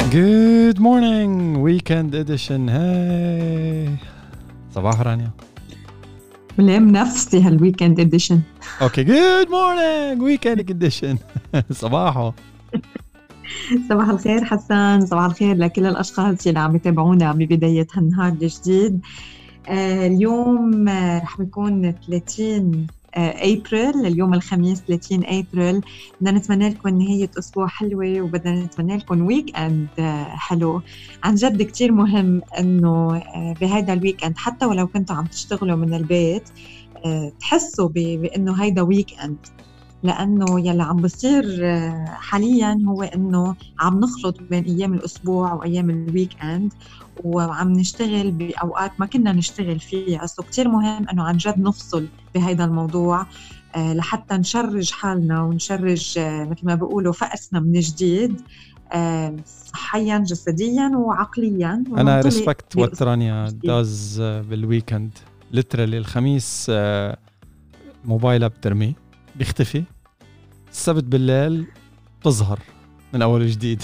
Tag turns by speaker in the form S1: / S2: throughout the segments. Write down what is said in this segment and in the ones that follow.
S1: Good morning, weekend edition. Hey, صباح رانيا.
S2: ملام نفسي هالويكند اديشن.
S1: Okay, good morning, weekend edition. صباحو.
S2: صباح الخير حسن، صباح الخير لكل الأشخاص اللي عم يتابعونا ببداية هالنهار الجديد. اليوم رح بيكون 30 أبريل، اليوم الخميس 30 أبريل. بدنا نتمنى لكم نهاية أسبوع حلوة وبدنا نتمنى لكم ويك أند حلو. عن جد كتير مهم أنه بهذا الويك أند حتى ولو كنتوا عم تشتغلوا من البيت تحسوا بأنه هيدا ويك أند، لأنه يلي عم بصير حالياً هو أنه عم نخلط بين أيام الأسبوع وأيام الويك أند وعم نشتغل بأوقات ما كنا نشتغل فيها. كتير مهم أنه عن جد نفصل بهذا الموضوع لحتى نشرج حالنا ونشرج مثل ما بيقولوا فأسنا من جديد، صحياً جسدياً وعقلياً.
S1: أنا respect what رانيا does بالويكند. literally الخميس موبايلها بترميه بيختفي، السبت بالليل بتظهر من أول وجديد.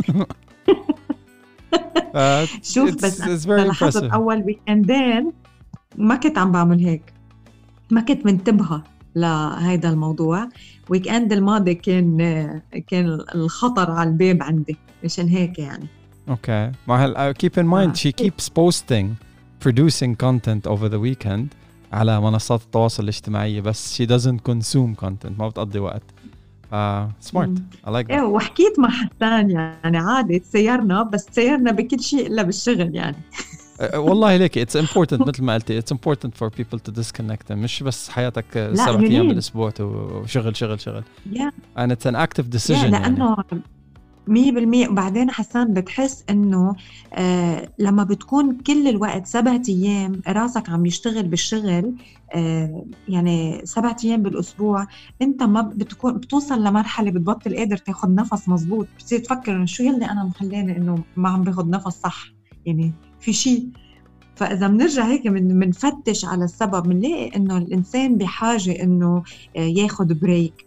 S2: شوف بس أنا لاحظت أول ويكندين ما كنت عم بعمل هيك، ما كنت منتبهة لهيدا الموضوع. ويكند الماضي كان الخطر على الباب عندي، مشان هيك يعني.
S1: Okay. Keep in mind she keeps posting, producing content over the weekend على منصات التواصل الاجتماعي، بس she doesn't consume content، ما بتقضي وقت. smart. I like that.
S2: وحكيت مع حسان يعني عادي تسيرنا، بس تسيرنا بكل شيء إلا بالشغل يعني.
S1: والله ليك it's important مثل ما قلتي it's important for people to disconnect، مش بس حياتك 7 أيام بالأسبوع وشغل شغل شغل. and it's an active decision
S2: لأنه 100%. وبعدين حسان بتحس إنه لما بتكون كل الوقت 7 أيام راسك عم يشتغل بالشغل، يعني 7 أيام بالأسبوع، أنت ما بتوصل لمرحلة بتبطل قادر تاخد نفس مزبوط، بتصير تفكر إنه شو يلي أنا مخليني إنه ما عم باخد نفس صح، يعني في شيء. فإذا منرجع هيك منفتش على السبب، منلاقي إنه الإنسان بحاجة إنه ياخد بريك،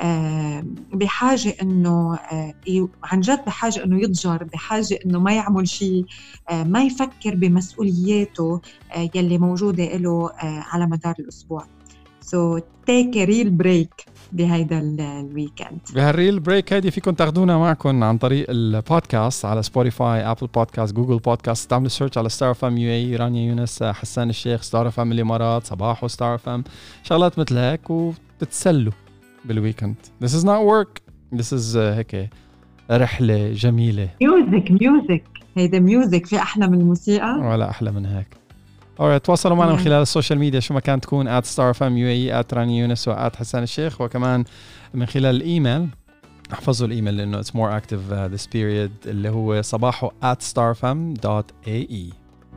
S2: بحاجة إنه عن جد بحاجة إنه يضجر، بحاجة إنه ما يعمل شيء، ما يفكر بمسؤولياته يلي موجودة له على مدار الأسبوع. So take a real break بهيدا الويكند.
S1: بهالريل بريك هيدي فيكم تاخدونا معكم عن طريق البودكاست على سبوتيفاي، ابل بودكاست، جوجل بودكاست. تعملوا سيرش على ستار اف ام يو اي، رانيا يونس، حسان الشيخ، ستار اف ام الامارات، صباح وستار اف ام، شغلات مثل هيك، وتتسلوا بالويكند. This is not work, this is هيك رحلة جميلة.
S2: ميوزك هيدا ميوزك، في أحلى من الموسيقى
S1: ولا أحلى من هيك. تواصلوا معنا من خلال السوشيال ميديا شو ما كان تكون @starfmuae، @رانيا يونس، @حسان الشيخ، وكمان من خلال الإيميل. احفظوا الإيميل لأنه it's more active this period، اللي هو صباحو @starfm.ae.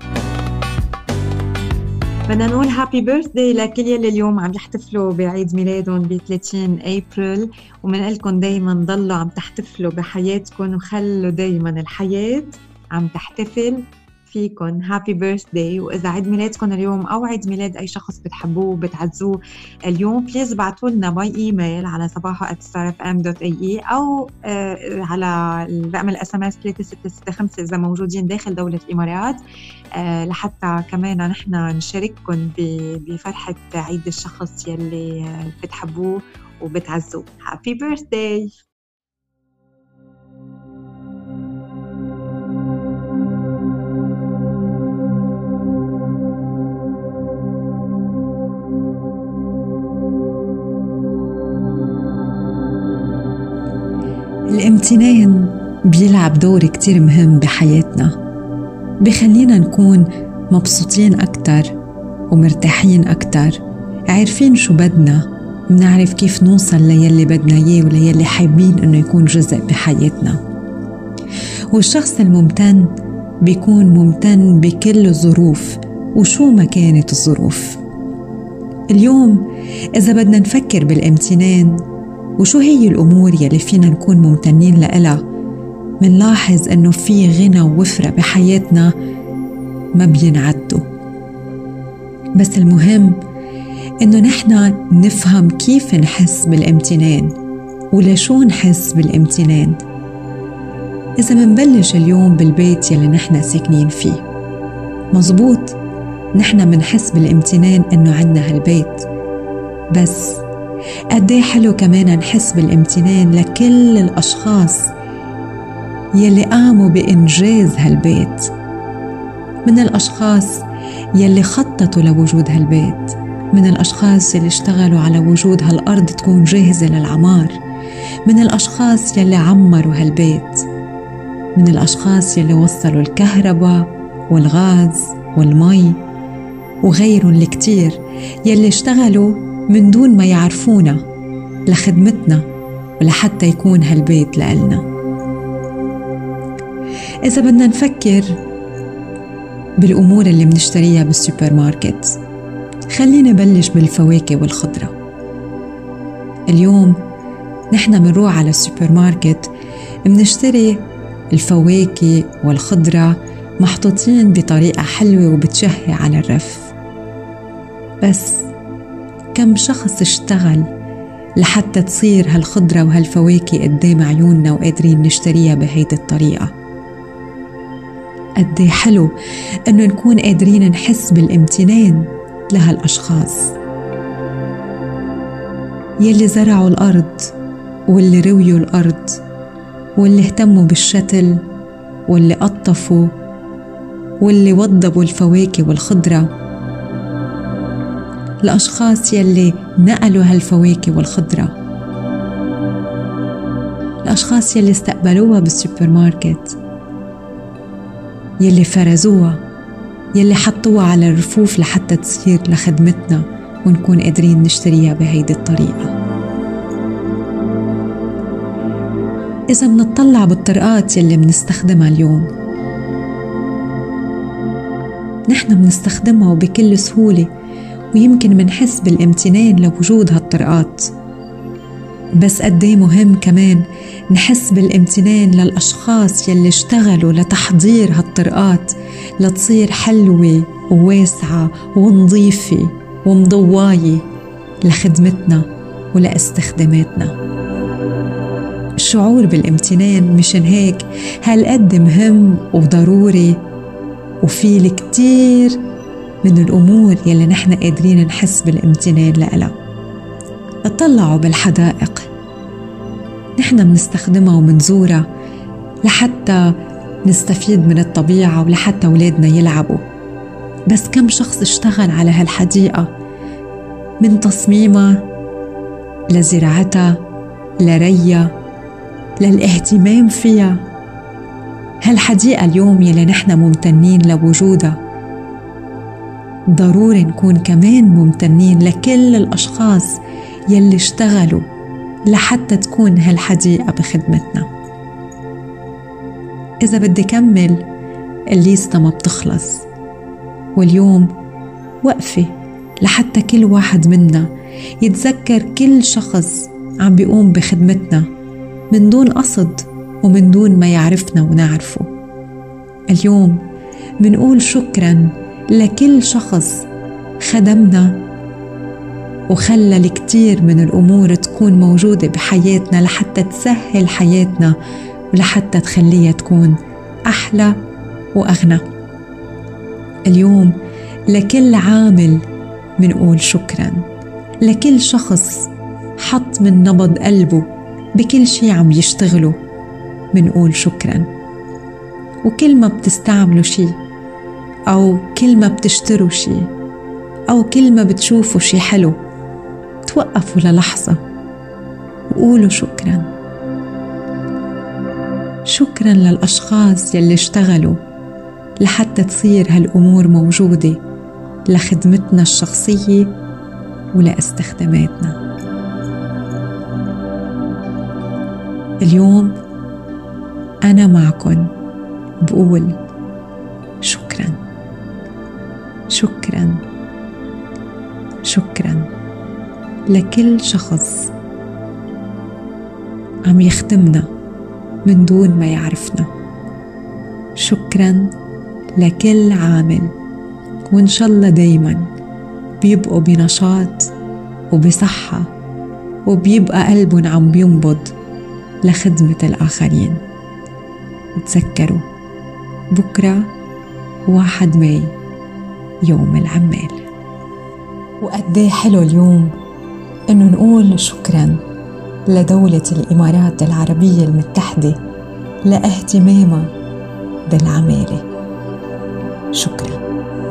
S2: بدنا نقول هابي بيرثداي لكل يلي اليوم عم يحتفلوا بعيد ميلادهم ب 30 أبريل، ومنقلكم دايما ضلوا عم تحتفلوا بحياتكم، وخلوا دايما الحياة عم تحتفل فيكن. هابي بيرثداي. وإذا عيد ميلادكم اليوم أو عيد ميلاد أي شخص بتحبوه وبتعزوه اليوم، بليز بعتوا لنا باي إيميل على صباحو@starfm.ae أو على الرقم الSMS 3665 إذا موجودين داخل دولة الإمارات، لحتى كمان نحن نشارككم بفرحة عيد الشخص يلي بتحبوه وبتعزوه. هابي بيرثداي.
S3: الامتنان بيلعب دور كتير مهم بحياتنا، بخلينا نكون مبسوطين أكتر ومرتاحين أكتر، عارفين شو بدنا، بنعرف كيف نوصل ليلي بدنا إياه وليلي حابين إنه يكون جزء بحياتنا. والشخص الممتن بيكون ممتن بكل الظروف وشو ما كانت الظروف. اليوم إذا بدنا نفكر بالامتنان وشو هي الأمور يلي فينا نكون ممتنين لها، منلاحظ أنه في غنى ووفرة بحياتنا ما بينعدوا. بس المهم أنه نحن نفهم كيف نحس بالامتنان ولشو نحس بالامتنان. إذا منبلش اليوم بالبيت يلي نحن ساكنين فيه، مزبوط نحن منحس بالامتنان إنه عنا هالبيت، بس قديه حلو كمان نحس بالامتنان لكل الأشخاص يلي قاموا بإنجاز هالبيت، من الأشخاص يلي خططوا لوجود هالبيت، من الأشخاص يلي اشتغلوا على وجود هالأرض تكون جاهزة للعمار، من الأشخاص يلي عمروا هالبيت، من الأشخاص يلي وصلوا الكهرباء والغاز والمي وغيرهم الكتير يلي اشتغلوا من دون ما يعرفونا لخدمتنا ولحتى يكون هالبيت لألنا. إذا بدنا نفكر بالأمور اللي بنشتريها بالسوبر ماركت، خلينا نبلش بالفواكه والخضرة. اليوم نحن منروح على السوبر ماركت بنشتري الفواكه والخضرة محطوطين بطريقة حلوة وبتشهي على الرف، بس كم شخص اشتغل لحتى تصير هالخضرة وهالفواكه قدام عيوننا وقادرين نشتريها بهيدي الطريقة؟ قد حلو إنه نكون قادرين نحس بالامتنان لهالأشخاص يلي زرعوا الأرض واللي رويوا الأرض واللي اهتموا بالشتل واللي قطفوا واللي وضبوا الفواكه والخضرة، الأشخاص يلي نقلوا هالفواكه والخضرة، الأشخاص يلي استقبلوها بالسوبر ماركت، يلي فرزوها، يلي حطوها على الرفوف لحتى تصير لخدمتنا ونكون قادرين نشتريها بهيدي الطريقة. إذا منطلع بالطرقات يلي منستخدمها اليوم، نحن منستخدمها وبكل سهولة، ويمكن منحس بالامتنان لوجود هالطرقات، بس قديه مهم كمان نحس بالامتنان للأشخاص يلي اشتغلوا لتحضير هالطرقات لتصير حلوة وواسعة ونظيفة ومضواية لخدمتنا ولاستخداماتنا. الشعور بالامتنان مشان هيك هالقد مهم وضروري، وفي الكتير من الأمور يلي نحن قادرين نحس بالامتنان لها. اطلعوا بالحدائق، نحن منستخدمها ومنزورها لحتى نستفيد من الطبيعة ولحتى أولادنا يلعبوا، بس كم شخص اشتغل على هالحديقة من تصميمها لزراعتها لريها للاهتمام فيها. هالحديقة اليوم يلي نحن ممتنين لوجودها، ضروري نكون كمان ممتنين لكل الأشخاص يلي اشتغلوا لحتى تكون هالحديقة بخدمتنا. إذا بدي كمل الليستة ما بتخلص، واليوم وقفة لحتى كل واحد منا يتذكر كل شخص عم بيقوم بخدمتنا من دون قصد ومن دون ما يعرفنا ونعرفه. اليوم منقول شكراً لكل شخص خدمنا وخلى الكثير من الأمور تكون موجودة بحياتنا لحتى تسهل حياتنا ولحتى تخليها تكون أحلى وأغنى. اليوم لكل عامل منقول شكراً، لكل شخص حط من نبض قلبه بكل شي عم يشتغله منقول شكراً. وكل ما بتستعملوا شي أو كل ما بتشتروا شي أو كل ما بتشوفوا شي حلو، توقفوا للحظة وقولوا شكراً. شكراً للأشخاص يلي اشتغلوا لحتى تصير هالأمور موجودة لخدمتنا الشخصية ولاستخداماتنا. اليوم أنا معكن بقول شكراً شكراً شكراً لكل شخص عم يخدمنا من دون ما يعرفنا. شكراً لكل عامل، وإن شاء الله دايماً بيبقوا بنشاط وبصحة وبيبقى قلبهم عم بينبض لخدمة الآخرين. تذكروا بكرة 1 ماي يوم العمال. وقديه حلو اليوم إنه نقول شكراً لدولة الإمارات العربية المتحدة لاهتمامها بالعمالة. شكراً.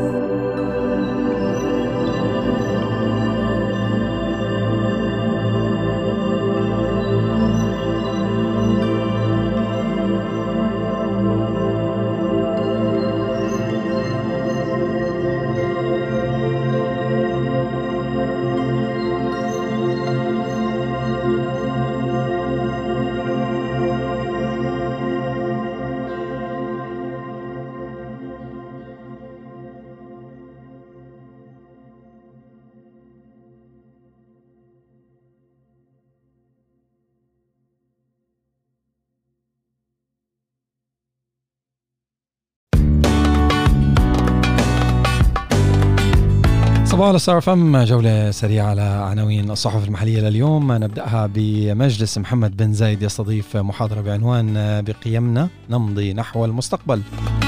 S1: صباح الستار فم، جولة سريعة على عناوين الصحف المحلية لليوم. نبدأها بمجلس محمد بن زايد يستضيف محاضرة بعنوان بقيمنا نمضي نحو المستقبل.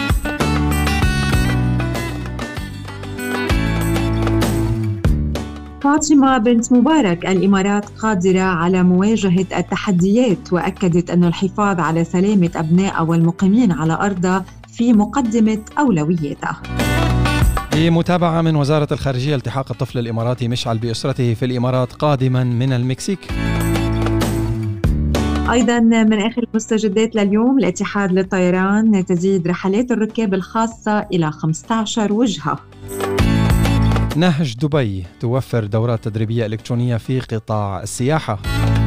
S2: فاطمة بنت مبارك: الإمارات قادرة على مواجهة التحديات، وأكدت أن الحفاظ على سلامة أبنائها والمقيمين على أرضها في مقدمة أولوياتها.
S1: بمتابعة من وزارة الخارجية: التحاق الطفل الإماراتي مشعل بأسرته في الإمارات قادما من المكسيك.
S2: أيضا من آخر المستجدات لليوم: الاتحاد للطيران تزيد رحلات الركاب الخاصة إلى 15 وجهة.
S1: نهج دبي توفر دورات تدريبية إلكترونية في قطاع السياحة.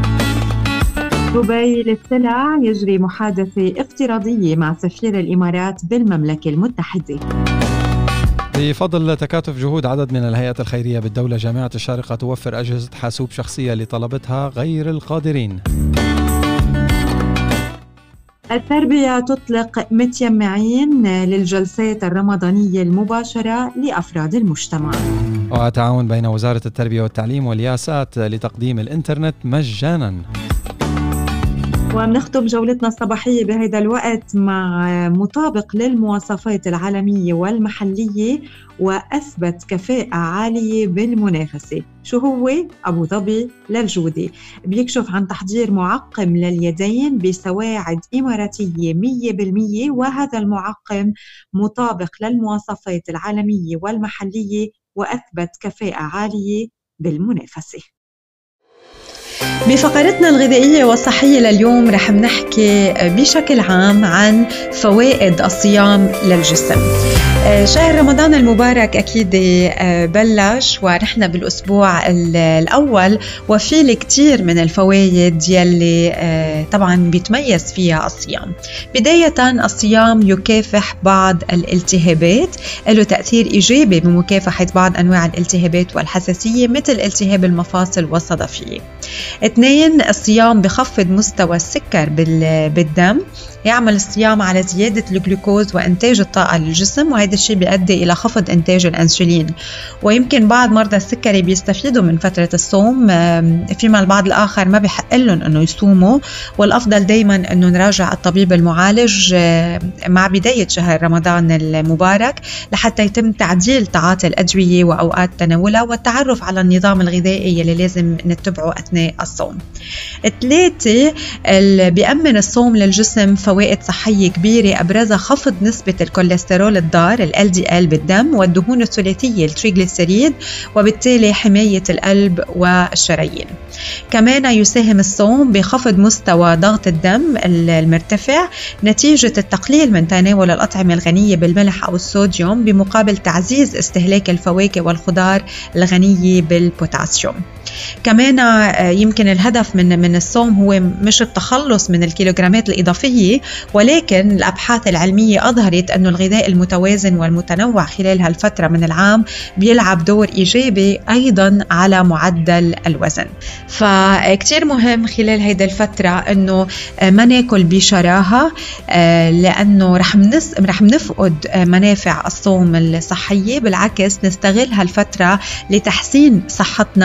S2: دبي للسلع يجري محادثة افتراضية مع سفير الإمارات بالمملكة المتحدة.
S1: بفضل تكاتف جهود عدد من الهيئات الخيرية بالدولة، جامعة الشارقة توفر أجهزة حاسوب شخصية لطلبتها غير القادرين.
S2: التربية تطلق متجمعين للجلسات الرمضانية المباشرة لأفراد المجتمع.
S1: وتعاون بين وزارة التربية والتعليم والياسات لتقديم الإنترنت مجانا.
S2: وبنختم جولتنا الصباحية بهذا الوقت مع مطابق للمواصفات العالمية والمحلية وأثبت كفاءة عالية بالمنافسة. شو هو؟ أبو ظبي للجودة، بيكشف عن تحضير معقم لليدين بسواعد إماراتية 100%، وهذا المعقم مطابق للمواصفات العالمية والمحلية وأثبت كفاءة عالية بالمنافسة. بفقرتنا الغذائية والصحية لليوم رح نحكي بشكل عام عن فوائد الصيام للجسم. شهر رمضان المبارك أكيد بلش ونحن بالأسبوع الأول، وفي الكثير من الفوائد يلي طبعا بيتميز فيها الصيام. بداية الصيام يكافح بعض الالتهابات، له تأثير إيجابي بمكافحة بعض أنواع الالتهابات والحساسية مثل التهاب المفاصل والصدفية. 2، الصيام بخفض مستوى السكر بالدم. يعمل الصيام على زيادة الجلوكوز وإنتاج الطاقة للجسم، وهذا الشيء بيؤدي إلى خفض إنتاج الأنسولين. ويمكن بعض مرضى السكري بيستفيدوا من فترة الصوم، فيما البعض الآخر ما بيحق لهم أنه يصوموا، والأفضل دايما أنه نراجع الطبيب المعالج مع بداية شهر رمضان المبارك لحتى يتم تعديل تعاطي الأدوية وأوقات تناولها والتعرف على النظام الغذائي اللي لازم نتبعه أثناء الصوم. 3، بيأمن الصوم للجسم فوائد صحية كبيرة، أبرزها خفض نسبة الكوليسترول الضار ال LDL بالدم والدهون الثلاثية التريغليسيريد، وبالتالي حماية القلب والشرايين. كمان يساهم الصوم بخفض مستوى ضغط الدم المرتفع نتيجة التقليل من تناول الأطعمة الغنية بالملح أو الصوديوم، بمقابل تعزيز استهلاك الفواكه والخضار الغنية بالبوتاسيوم. كمان يمكن الهدف من الصوم هو مش التخلص من الكيلوغرامات الإضافية، ولكن الأبحاث العلمية أظهرت أن الغذاء المتوازن والمتنوع خلال هالفترة من العام بيلعب دور إيجابي أيضا على معدل الوزن. فكتير مهم خلال هيدا الفترة أنه ما ناكل بشراهة، لأنه رح نفقد منافع الصوم الصحية. بالعكس نستغل هالفترة لتحسين صحتنا عبر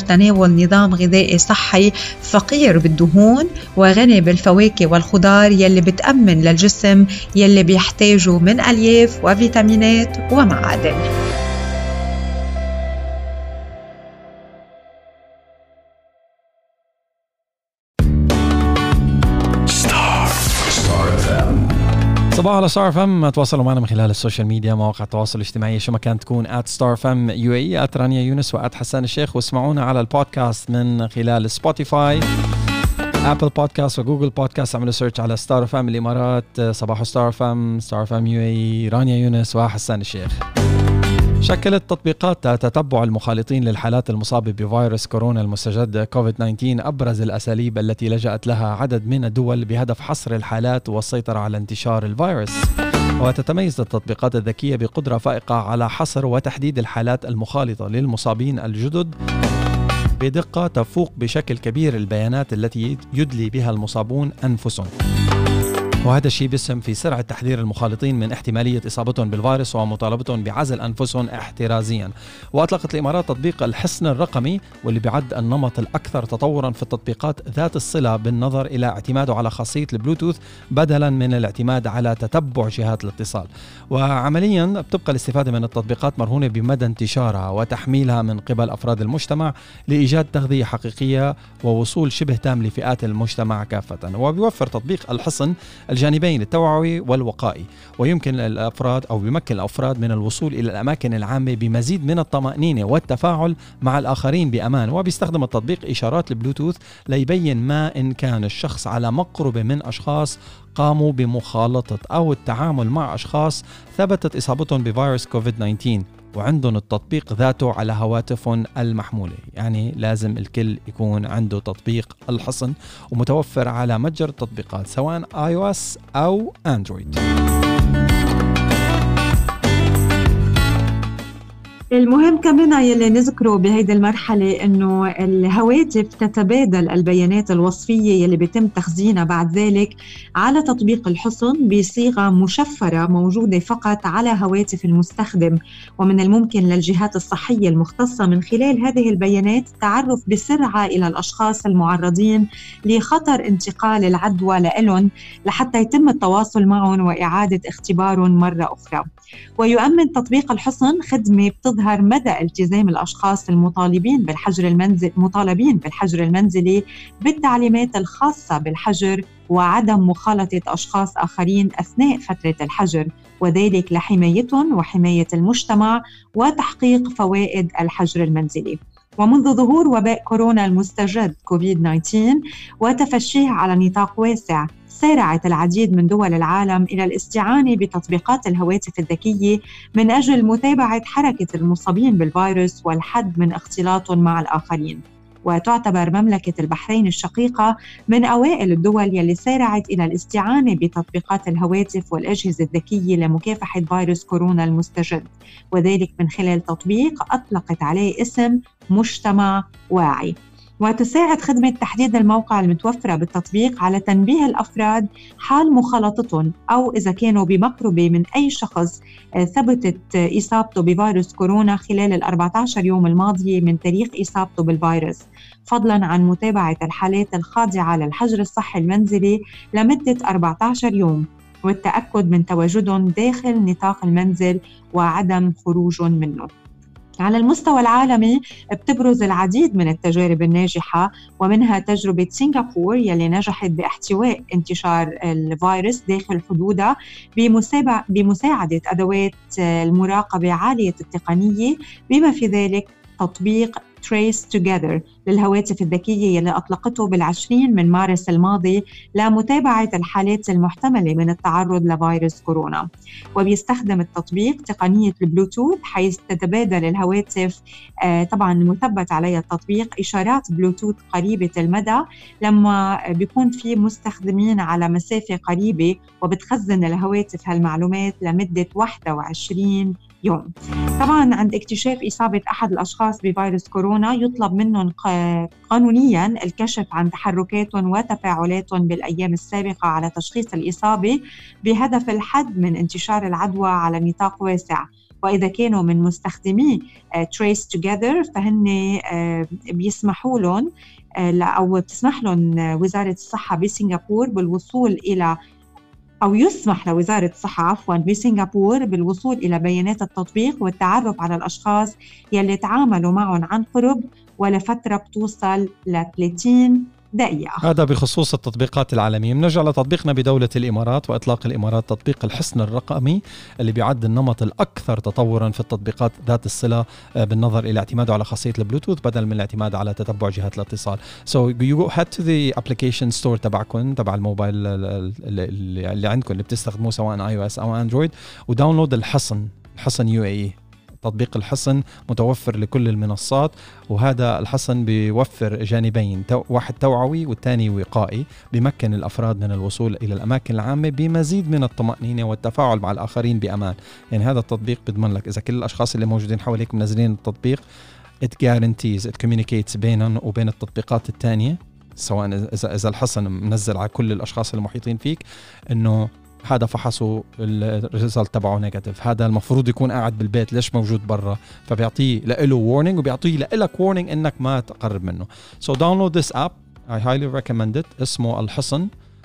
S2: تناول نظام غذائي صحي فقير بالدهون وغني بالفواكه والخضار يلي بتأمن للجسم يلي بيحتاجه من ألياف وفيتامينات ومعادن.
S1: صباح على ستار فم. تواصلوا معنا من خلال السوشيال ميديا، مواقع التواصل الاجتماعي، شو ما كانت تكون @starfm_UAE @رانيا يونس @حسان الشيخ، واسمعونا على البودكاست من خلال سبوتيفاي، ابل بودكاست وجوجل بودكاست. اعملوا سيرش على ستار فم الامارات، صباح ستار فم UAE، رانيا يونس وحسان الشيخ. شكلت تطبيقات تتبع المخالطين للحالات المصابة بفيروس كورونا المستجد كوفيد-19 أبرز الأساليب التي لجأت لها عدد من الدول بهدف حصر الحالات والسيطرة على انتشار الفيروس. وتتميز التطبيقات الذكية بقدرة فائقة على حصر وتحديد الحالات المخالطة للمصابين الجدد بدقة تفوق بشكل كبير البيانات التي يدلي بها المصابون أنفسهم. وهذا الشيء بيسهم في سرعة تحذير المخالطين من احتمالية إصابتهم بالفيروس ومطالبتهم بعزل أنفسهم احترازيا. وأطلقت الإمارات تطبيق الحصن الرقمي، واللي بيعد النمط الأكثر تطورا في التطبيقات ذات الصلة بالنظر إلى اعتماده على خاصية البلوتوث بدلا من الاعتماد على تتبع جهات الاتصال. وعمليا بتبقى الاستفادة من التطبيقات مرهونة بمدى انتشارها وتحميلها من قبل أفراد المجتمع لإيجاد تغذية حقيقية ووصول شبه تام لفئات المجتمع كافة. وبيوفر تطبيق الحصن الجانبين التوعوي والوقائي، ويمكن الأفراد أو يمكن الأفراد من الوصول إلى الأماكن العامة بمزيد من الطمأنينة والتفاعل مع الآخرين بأمان. وبيستخدم التطبيق إشارات البلوتوث ليبين ما إن كان الشخص على مقربة من أشخاص قاموا بمخالطة أو التعامل مع أشخاص ثبتت إصابتهم بفيروس كوفيد-19 وعندهم التطبيق ذاته على هواتفهم المحمولة. يعني لازم الكل يكون عنده تطبيق الحصن، ومتوفر على متجر التطبيقات سواء iOS أو أندرويد.
S2: المهم كمان يلي نذكره بهيدي المرحلة إنه الهواتف تتبادل البيانات الوصفية يلي بيتم تخزينها بعد ذلك على تطبيق الحصن بصيغة مشفرة موجودة فقط على هواتف المستخدم. ومن الممكن للجهات الصحية المختصة من خلال هذه البيانات التعرف بسرعة إلى الأشخاص المعرضين لخطر انتقال العدوى لهم لحتى يتم التواصل معهم وإعادة اختبارهم مرة أخرى. ويؤمن تطبيق الحصن خدمة بتظهر مدى التزام الأشخاص المطالبين بالحجر المنزلي بالتعليمات الخاصة بالحجر وعدم مخالطة أشخاص آخرين أثناء فترة الحجر، وذلك لحمايتهم وحماية المجتمع وتحقيق فوائد الحجر المنزلي. ومنذ ظهور وباء كورونا المستجد كوفيد-19 وتفشيه على نطاق واسع، سارعت العديد من دول العالم إلى الاستعانة بتطبيقات الهواتف الذكية من أجل متابعة حركة المصابين بالفيروس والحد من اختلاطهم مع الآخرين. وتعتبر مملكة البحرين الشقيقة من أوائل الدول يلي سارعت إلى الاستعانة بتطبيقات الهواتف والأجهزة الذكية لمكافحة فيروس كورونا المستجد، وذلك من خلال تطبيق أطلقت عليه اسم مجتمع واعي. وتساعد خدمة تحديد الموقع المتوفرة بالتطبيق على تنبيه الأفراد حال مخالطتهم أو إذا كانوا بمقربة من أي شخص ثبتت إصابته بفيروس كورونا خلال 14 يوم الماضية من تاريخ إصابته بالفيروس، فضلاً عن متابعة الحالات الخاضعة للحجر الصحي المنزلي لمدة 14 يوم والتأكد من تواجدهم داخل نطاق المنزل وعدم خروجهم منه. على المستوى العالمي بتبرز العديد من التجارب الناجحة، ومنها تجربة سنغافورة يلي نجحت باحتواء انتشار الفيروس داخل حدودها بمساعدة أدوات المراقبة عالية التقنية، بما في ذلك تطبيق Trace Together للهواتف الذكية يلي أطلقته بال20 من مارس الماضي لمتابعة الحالات المحتملة من التعرض لفيروس كورونا. وبيستخدم التطبيق تقنية البلوتوث حيث تتبادل الهواتف طبعا المثبت عليها التطبيق إشارات بلوتوث قريبة المدى لما بيكون في مستخدمين على مسافة قريبة، وبتخزن الهواتف هالمعلومات لمدة 21 يوم. طبعاً عند اكتشاف إصابة أحد الأشخاص بفيروس كورونا يطلب منهم قانونياً الكشف عن تحركاتهم وتفاعلاتهم بالأيام السابقة على تشخيص الإصابة بهدف الحد من انتشار العدوى على نطاق واسع. وإذا كانوا من مستخدمي Trace Together فهن بيسمحوا لهم أو بتسمح لهم وزارة الصحة بسنغافورة بالوصول إلى، أو يسمح لوزارة الصحة عفواً بسنغافورة بالوصول إلى بيانات التطبيق والتعرف على الأشخاص يلي تعاملوا معهم عن قرب ولفترة بتوصل ل 30 دقيقة.
S1: هذا بخصوص التطبيقات العالمية. بنرجع لتطبيقنا بدولة الإمارات وإطلاق الإمارات تطبيق الحصن الرقمي اللي بيعد النمط الأكثر تطوراً في التطبيقات ذات الصلة بالنظر إلى اعتماده على خاصية البلوتوث بدل من الاعتماد على تتبع جهات الاتصال. So you head to the application store تبعكم تبع الموبايل اللي عندكم اللي بتستخدموه سواء iOS أو أندرويد وداونلود الحصن UAE. تطبيق الحصن متوفر لكل المنصات، وهذا الحصن بيوفر جانبين، واحد توعوي والثاني وقائي، بيمكن الأفراد من الوصول إلى الأماكن العامة بمزيد من الطمأنينة والتفاعل مع الآخرين بأمان. يعني هذا التطبيق بيضمن لك إذا كل الأشخاص اللي موجودين حواليك منزلين التطبيق it guarantees it communicates بينهم وبين التطبيقات الثانية، سواء إذا الحصن منزل على كل الأشخاص المحيطين فيك إنه هذا فحصوا الريزلت تبعه نيجاتيف، هذا المفروض يكون قاعد بالبيت ليش موجود برا، فبيعطيه له وارنينج وبيعطيه لك وارنينج انك ما تقرب منه. So download this app, I highly recommend it. اسمه الحصن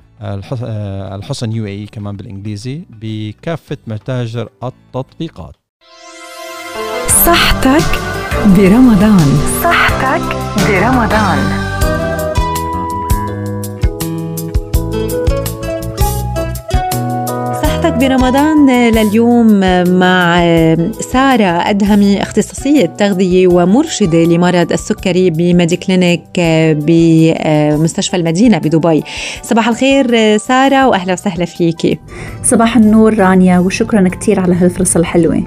S1: UAE كمان بالانجليزي بكافة متاجر التطبيقات.
S3: صحتك برمضان. صحتك برمضان. برمضان لليوم مع سارة أدهمي، اختصاصية تغذية ومرشدة لمرض السكري بميدي كلينيك بمستشفى المدينة بدبي. صباح الخير سارة وأهلا وسهلا فيكي.
S4: صباح النور رانيا، وشكرا كتير على هالفرصة الحلوة.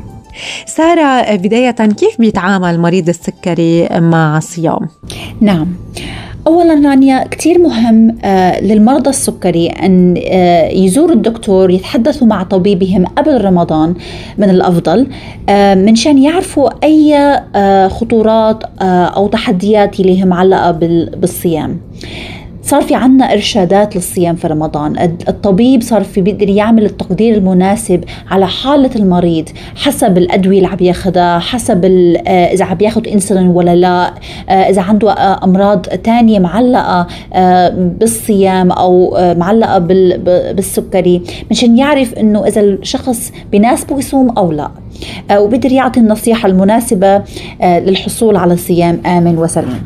S3: سارة، بداية كيف بيتعامل مريض السكري مع الصيام؟
S4: نعم، أولاً رانيا كتير مهم للمرضى السكري أن يزوروا الدكتور، يتحدثوا مع طبيبهم قبل رمضان من الأفضل منشان يعرفوا أي خطورات أو تحديات اللي هي معلقة بالصيام. صار في عنا إرشادات للصيام في رمضان، الطبيب صار في بيقدر يعمل التقدير المناسب على حالة المريض حسب الأدوية اللي عم ياخدها، حسب إذا عم ياخد إنسولين ولا لا، إذا عنده أمراض تانية معلقة بالصيام أو معلقة بالسكري، مشان يعرف إنه إذا الشخص بيناسبه يصوم أو لا، وبيقدر يعطي النصيحة المناسبة للحصول على صيام آمن وسليم.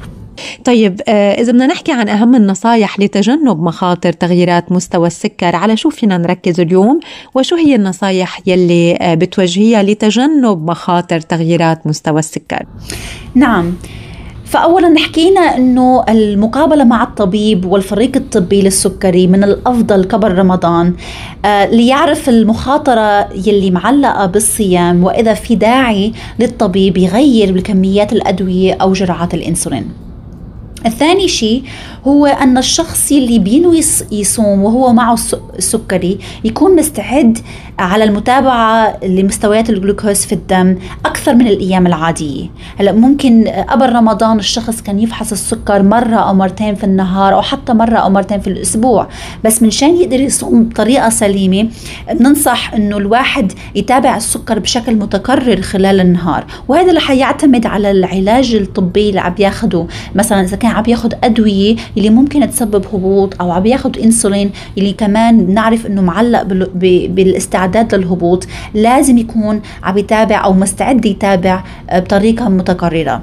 S3: طيب إذا بدنا نحكي عن أهم النصايح لتجنب مخاطر تغييرات مستوى السكر، على شو فينا نركز اليوم؟ وشو هي النصايح يلي بتوجهيها لتجنب مخاطر تغييرات مستوى السكر؟
S4: نعم، فأولا حكينا أنه المقابلة مع الطبيب والفريق الطبي للسكري من الأفضل قبل رمضان ليعرف المخاطرة يلي معلقة بالصيام، وإذا في داعي للطبيب يغير بالكميات الأدوية أو جرعات الإنسولين. الثاني شيء هو أن الشخص اللي بينوي يصوم وهو معه السكري يكون مستعد على المتابعة لمستويات الجلوكوز في الدم أكثر من الأيام العادية. هلأ ممكن قبل رمضان الشخص كان يفحص السكر مرة أو مرتين في النهار أو حتى مرة أو مرتين في الأسبوع، بس منشان يقدر يصوم بطريقة سليمة بننصح أنه الواحد يتابع السكر بشكل متكرر خلال النهار، وهذا اللي حيعتمد على العلاج الطبي اللي عم ياخده. مثلا إذا كان عم ياخد أدوية اللي ممكن تسبب هبوط، أو عم ياخد إنسولين اللي كمان نعرف أنه معلق بالاستعداد للهبوط، لازم يكون عم يتابع أو مستعد يتابع بطريقة متكررة.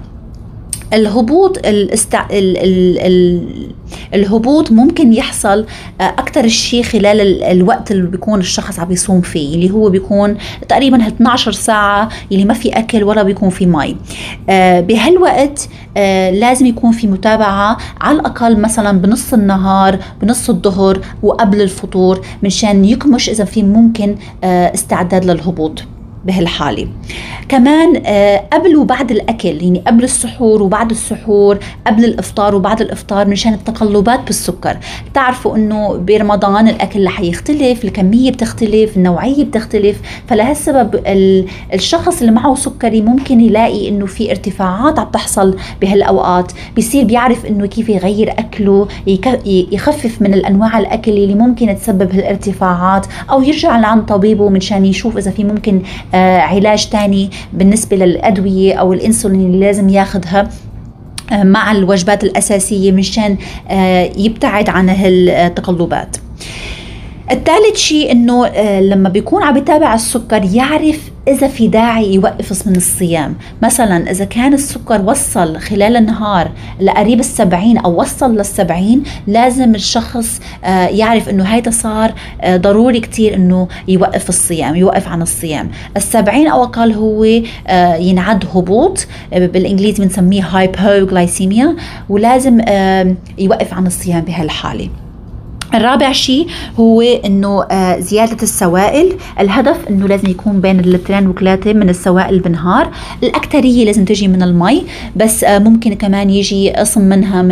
S4: الهبوط ممكن يحصل أكتر الشيء خلال الوقت اللي بيكون الشخص عم يصوم فيه، اللي هو بيكون تقريبا 12 ساعة اللي ما في أكل ولا بيكون في مي. بهالوقت لازم يكون في متابعة على الأقل مثلا بنص النهار، بنص الظهر، وقبل الفطور، منشان يكمش إذا في ممكن استعداد للهبوط بهالحالة. كمان قبل وبعد الأكل، يعني قبل السحور وبعد السحور، قبل الإفطار وبعد الإفطار، منشان التقلبات بالسكر. تعرفوا أنه برمضان الأكل اللي حيختلف، الكمية بتختلف، النوعية بتختلف، فلهالسبب الشخص اللي معه سكري ممكن يلاقي أنه في ارتفاعات عم تحصل بهالأوقات، بيصير بيعرف أنه كيف يغير أكله، يخفف من الأنواع الأكل اللي ممكن تسبب هالارتفاعات، أو يرجع لعند طبيبه منشان يشوف إذا في ممكن علاج تاني بالنسبة للأدوية أو الإنسولين اللي لازم ياخدها مع الوجبات الأساسية مشان يبتعد عن هالتقلبات. الثالث شيء انه لما بيكون عم يتابع السكر يعرف اذا في داعي يوقف من الصيام. مثلا اذا كان السكر وصل خلال النهار لقريب 70 او وصل لل70 لازم الشخص يعرف انه هيدا صار ضروري كتير انه يوقف الصيام، يوقف عن الصيام. 70 او اقل هو ينعد هبوط، بالانجليزي بنسميه هايبوغلايسيميا، ولازم يوقف عن الصيام بهالحالة. الرابع شيء هو انه زيادة السوائل. الهدف انه لازم يكون بين 2 و3 من السوائل بالنهار. الاكثرية لازم تجي من المي، بس ممكن كمان يجي قسم منها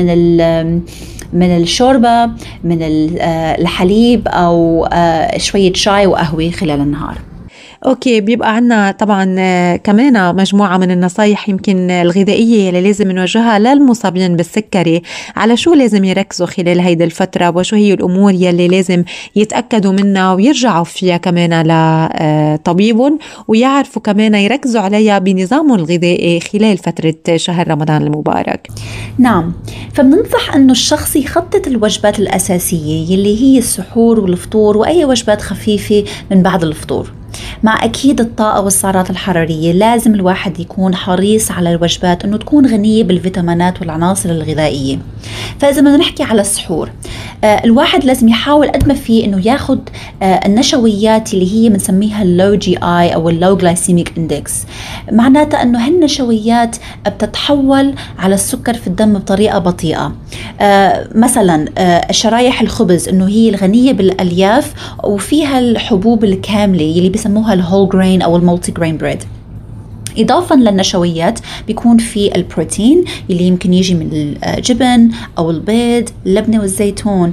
S4: من الشوربة، من الحليب او شوية شاي وقهوة خلال النهار.
S3: اوكي، بيبقى عنا طبعا كمان مجموعة من النصايح يمكن الغذائية اللي لازم نوجهها للمصابين بالسكري، على شو لازم يركزوا خلال هيدا الفترة، وشو هي الأمور يلي لازم يتأكدوا منها ويرجعوا فيها كمان لطبيبهم، ويعرفوا كمان يركزوا عليها بنظامهم الغذائي خلال فترة شهر رمضان المبارك.
S4: نعم، فبننصح أنه الشخص يخطط الوجبات الأساسية يلي هي السحور والفطور وأي وجبات خفيفة من بعد الفطور، مع أكيد الطاقة والسعرات الحرارية. لازم الواحد يكون حريص على الوجبات أنه تكون غنية بالفيتامينات والعناصر الغذائية. فإذا بدنا نحكي على السحور، الواحد لازم يحاول قد ما فيه أنه ياخد النشويات اللي هي بنسميها اللو جي آي أو اللو جلايسيميك اندكس. معناتها أنه هالنشويات بتتحول على السكر في الدم بطريقة بطيئة. مثلا شرايح الخبز أنه هي الغنية بالألياف وفيها الحبوب الكاملة اللي بيسموها الهول جرين أو المولتي جرين بريد. إضافة للنشويات بيكون في البروتين اللي يمكن يجي من الجبن أو البيض، اللبنة والزيتون،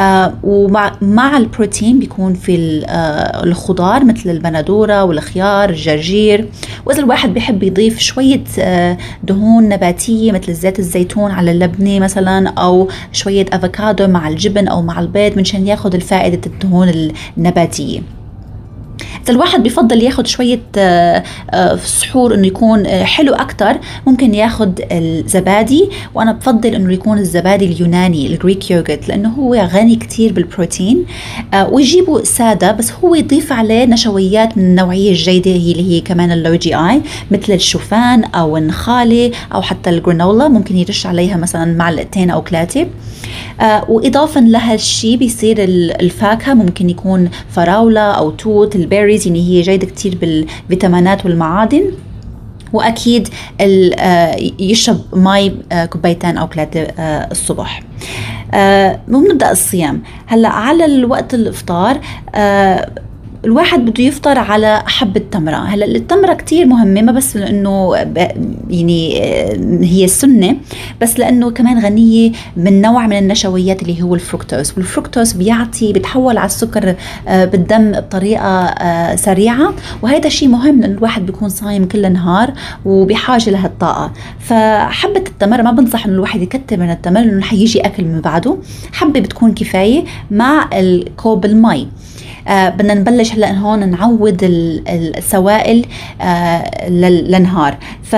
S4: ومع البروتين بيكون في الخضار مثل البندورة والخيار، الجرجير. وإذا الواحد بيحب يضيف شوية دهون نباتية مثل زيت الزيتون على اللبنة مثلا، أو شوية أفوكادو مع الجبن أو مع البيض منشان ياخد الفائدة الدهون النباتية. إذا الواحد بيفضل ياخد شوية سحور إنه يكون حلو أكتر، ممكن ياخد الزبادي، وأنا بفضل إنه يكون الزبادي اليوناني الجريك يوغurt لأنه هو غني كتير بالبروتين، ويجيبه سادة بس هو يضيف عليه نشويات من النوعية الجيدة اللي هي كمان اللو جي آي مثل الشوفان أو النخالة أو حتى الجرانولا، ممكن يرش عليها مثلا معلقتين أو 3. وإضافة لها الشيء بيصير الفاكهة، ممكن يكون فراولة أو توت، البيريز يعني هي جيدة كتير بالفيتامينات والمعادن. وأكيد يشرب ماء 2 أو 3 الصبح. بنبدأ الصيام هلأ على الوقت الإفطار. الواحد بده يفطر على حبة تمرة. هلا التمرة كتير مهمة، ما بس لأنه يعني هي السنة، بس لأنه كمان غنية من نوع من النشويات اللي هو الفركتوز، والفركتوز بيتحول على السكر بالدم بطريقة سريعة، وهذا شيء مهم لأن الواحد بيكون صايم كل النهار وبحاجة لها الطاقة. فحبة التمر ما بنصح إنه الواحد يكتر من التمر لأنه حيجي أكل من بعده. حبة بتكون كفاية مع الكوب المي. بدنا نبلش هلأ هون نعود السوائل للنهار.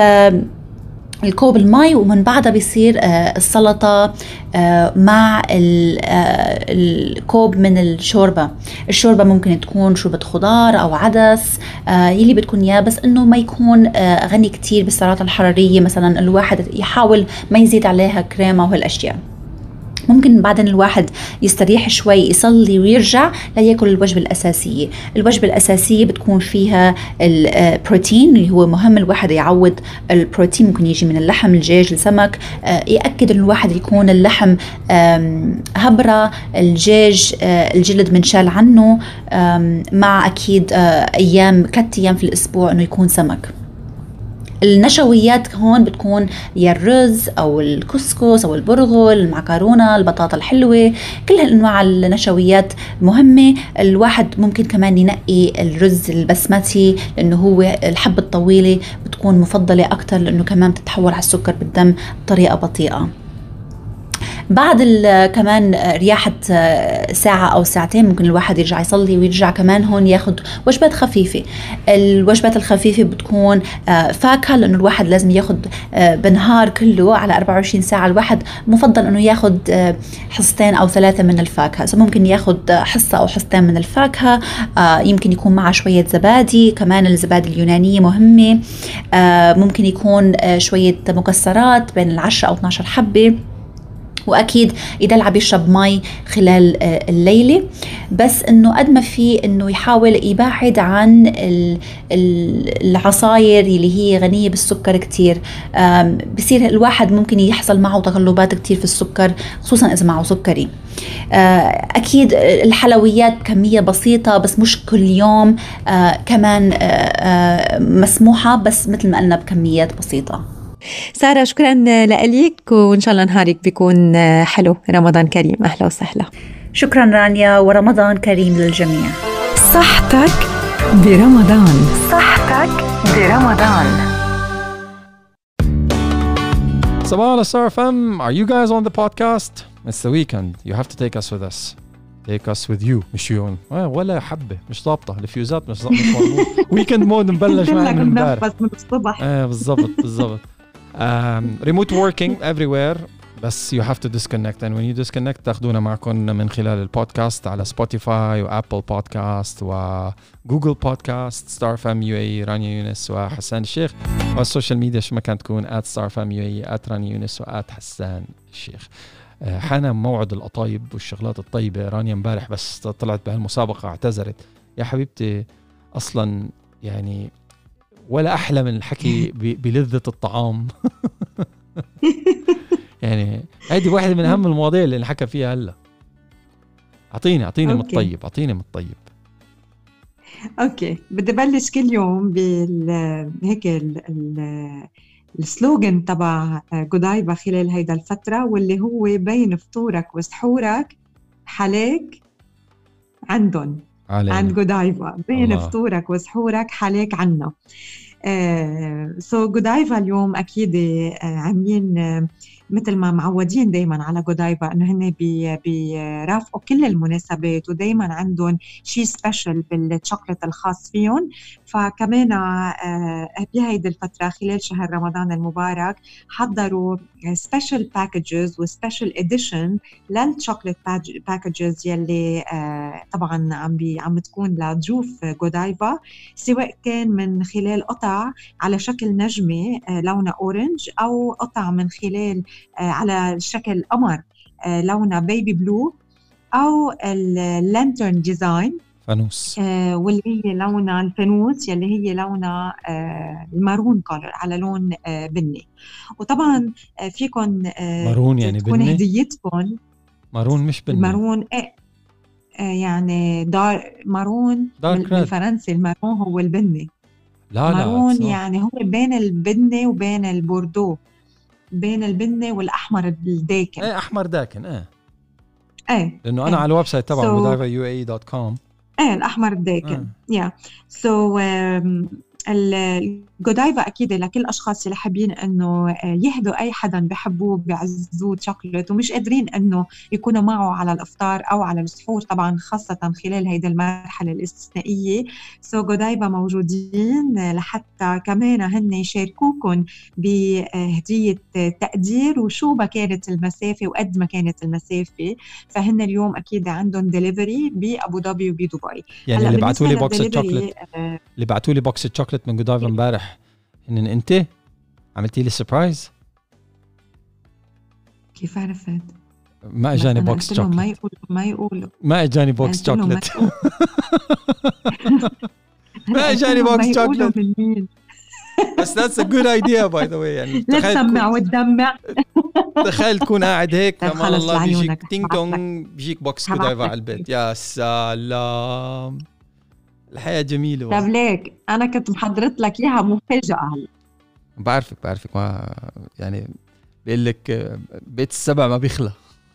S4: الكوب المي، ومن بعدها بيصير السلطة مع الكوب من الشوربة. الشوربة ممكن تكون شوربة خضار أو عدس يلي بتكون يابس، إنه ما يكون غني كتير بالسعرات الحرارية. مثلا الواحد يحاول ما يزيد عليها كريمة وهالأشياء. ممكن بعدين الواحد يستريح شوي، يصلي ويرجع ليأكل الوجبة الأساسية. الوجبة الأساسية بتكون فيها البروتين اللي هو مهم الواحد يعود. البروتين ممكن يجي من اللحم، الدجاج، السمك. يأكد أن الواحد يكون اللحم هبرة، الدجاج الجلد منشال عنه، مع أكيد 3 أيام في الأسبوع أنه يكون سمك. النشويات هون بتكون يا الرز أو الكسكس أو البرغل، المعكرونة، البطاطا الحلوة، كل هالأنواع النشويات مهمة. الواحد ممكن كمان ينقي الرز البسمتي لأنه هو الحبة الطويلة بتكون مفضلة أكتر، لأنه كمان بتتحول على السكر بالدم بطريقة بطيئة. بعد كمان رياحة ساعة أو ساعتين ممكن الواحد يرجع يصلي ويرجع كمان هون ياخد وجبات خفيفة. الوجبات الخفيفة بتكون فاكهة، لأنه الواحد لازم ياخد بالنهار كله على 24 ساعة الواحد مفضل أنه ياخد حصتين أو 3 من الفاكهة. ممكن ياخد حصة أو حصتين من الفاكهة، يمكن يكون معها شوية زبادي، كمان الزبادي اليونانية مهمة، ممكن يكون شوية مكسرات بين 10 أو 12 حبة، وأكيد يدلع يشرب مي خلال الليلة. بس إنه قد ما في إنه يحاول يبعد عن العصاير اللي هي غنية بالسكر كتير. بصير الواحد ممكن يحصل معه تقلبات كتير في السكر، خصوصا إذا معه سكري. أكيد الحلويات كمية بسيطة بس مش كل يوم، كمان مسموحة بس مثل ما قلنا بكميات بسيطة.
S3: سارة شكرا لك، وإن شاء الله نهارك بيكون حلو. رمضان كريم. أهلا وسهلا.
S4: شكرا رانيا، ورمضان كريم للجميع.
S3: صحتك برمضان.
S1: صباح على ستار FM. Are you guys on the podcast? It's the weekend. You have to take us with us. Take us with you. مش يون ولا حبة مش ضابطة الفيوزات مش مضبوط. ويكند مود مبلش معي من امبارح.
S2: بس من الصبح.
S1: بالضبط. remote working everywhere. بس you have to disconnect, and when you disconnect تاخدونا معكم من خلال البودكاست على سبوتيفاي وابل بودكاست وجوجل بودكاست. ستار فام UAE رانيا يونس وحسان الشيخ. والسوشيال ميديا شو ما كانت تكون @ستار فام UAE @رانيا يونس @حسان الشيخ. حان موعد القطايب والشغلات الطيبة. رانيا امبارح بس طلعت بهالمسابقة اعتذرت. يا حبيبتي أصلا يعني ولا أحلى من الحكي بلذة الطعام. يعني هذه واحدة من أهم المواضيع اللي نحكى فيها هلا. أعطيني من الطيب.
S2: أوكي، بدي بلش كل يوم هيك السلوغن تبع غودايفا خلال هيدا الفترة، واللي هو بين فطورك وسحورك حلاك عندهم عند غودايفا. بين فطورك وسحورك حلاك عنا. غودايفا اليوم أكيد عاملين مثل ما معودين دايما على غودايفا انه هن بيرافقوا كل المناسبات، ودايما عندهم شيء سبيشال بالشوكولات الخاص فيهم. فكمان بهيدي الفترة خلال شهر رمضان المبارك حضروا سبيشال باكجز وسبيشال اديشن للشوكولات باكجز يلي طبعا عم تكون لضيوف غودايفا، سواء كان من خلال قطع على شكل نجمة لونها أورنج، أو قطع من خلال على شكل قمر لونها بيبي بلو، أو اللانترن ديزاين
S1: فانوس،
S2: واللي هي لونها الفانوس يلي هي لونها المارون كولر على لون بني. وطبعا فيكم
S1: مارون يعني
S2: تكون
S1: بني؟
S2: هديتكم
S1: مارون مش بني.
S2: المارون يعني مارون بالفرنسي. المارون هو البني.
S1: لا
S2: مارون يعني هو بين البني وبين البوردو، بين البني والأحمر الداكن.
S1: أحمر داكن.
S2: لأنه
S1: أنا على الويب سايت تبع godaiva.com
S2: الأحمر الداكن. الغودايفا أكيد لكل الأشخاص اللي حابين إنه يهدوا أي حدا بحبوه بعزوه شوكولات ومش قادرين إنه يكونوا معه على الإفطار أو على السحور، طبعا خاصة خلال هيدا المرحلة الاستثنائية. غودايفا موجودين لحتى كمان هن يشاركوكم بهدية تقدير، وشو ما كانت المسافة وقد ما كانت المسافة. فهن اليوم أكيد عندهم ديليفري بأبو ظبي وبدبي.
S1: يعني اللي بعتوا لي بوكس الشوكولات، اللي بعتوا لي بوكس الشوكولات من غودايفا امبارح ان انت عملتي لي سربرايز.
S2: كيف عرفت؟
S1: ما اجاني بوكس شوكولات. ما اجاني بوكس شوكولات. ما اجاني بوكس شوكولات. بس that's a good idea by the way. يعني
S2: لا تسمع وتدمع.
S1: تخيل تكون قاعد هيك كمان الله بيجيك تينج تونج بيجيك بوكس غودايفا على البيت. يا سلام، الحياة جميلة.
S2: طب ليك أنا كنت محضرت لك إياها مفاجأة. هلا
S1: بعرفك ما يعني بيقول لك بيت السبع ما بيخلى.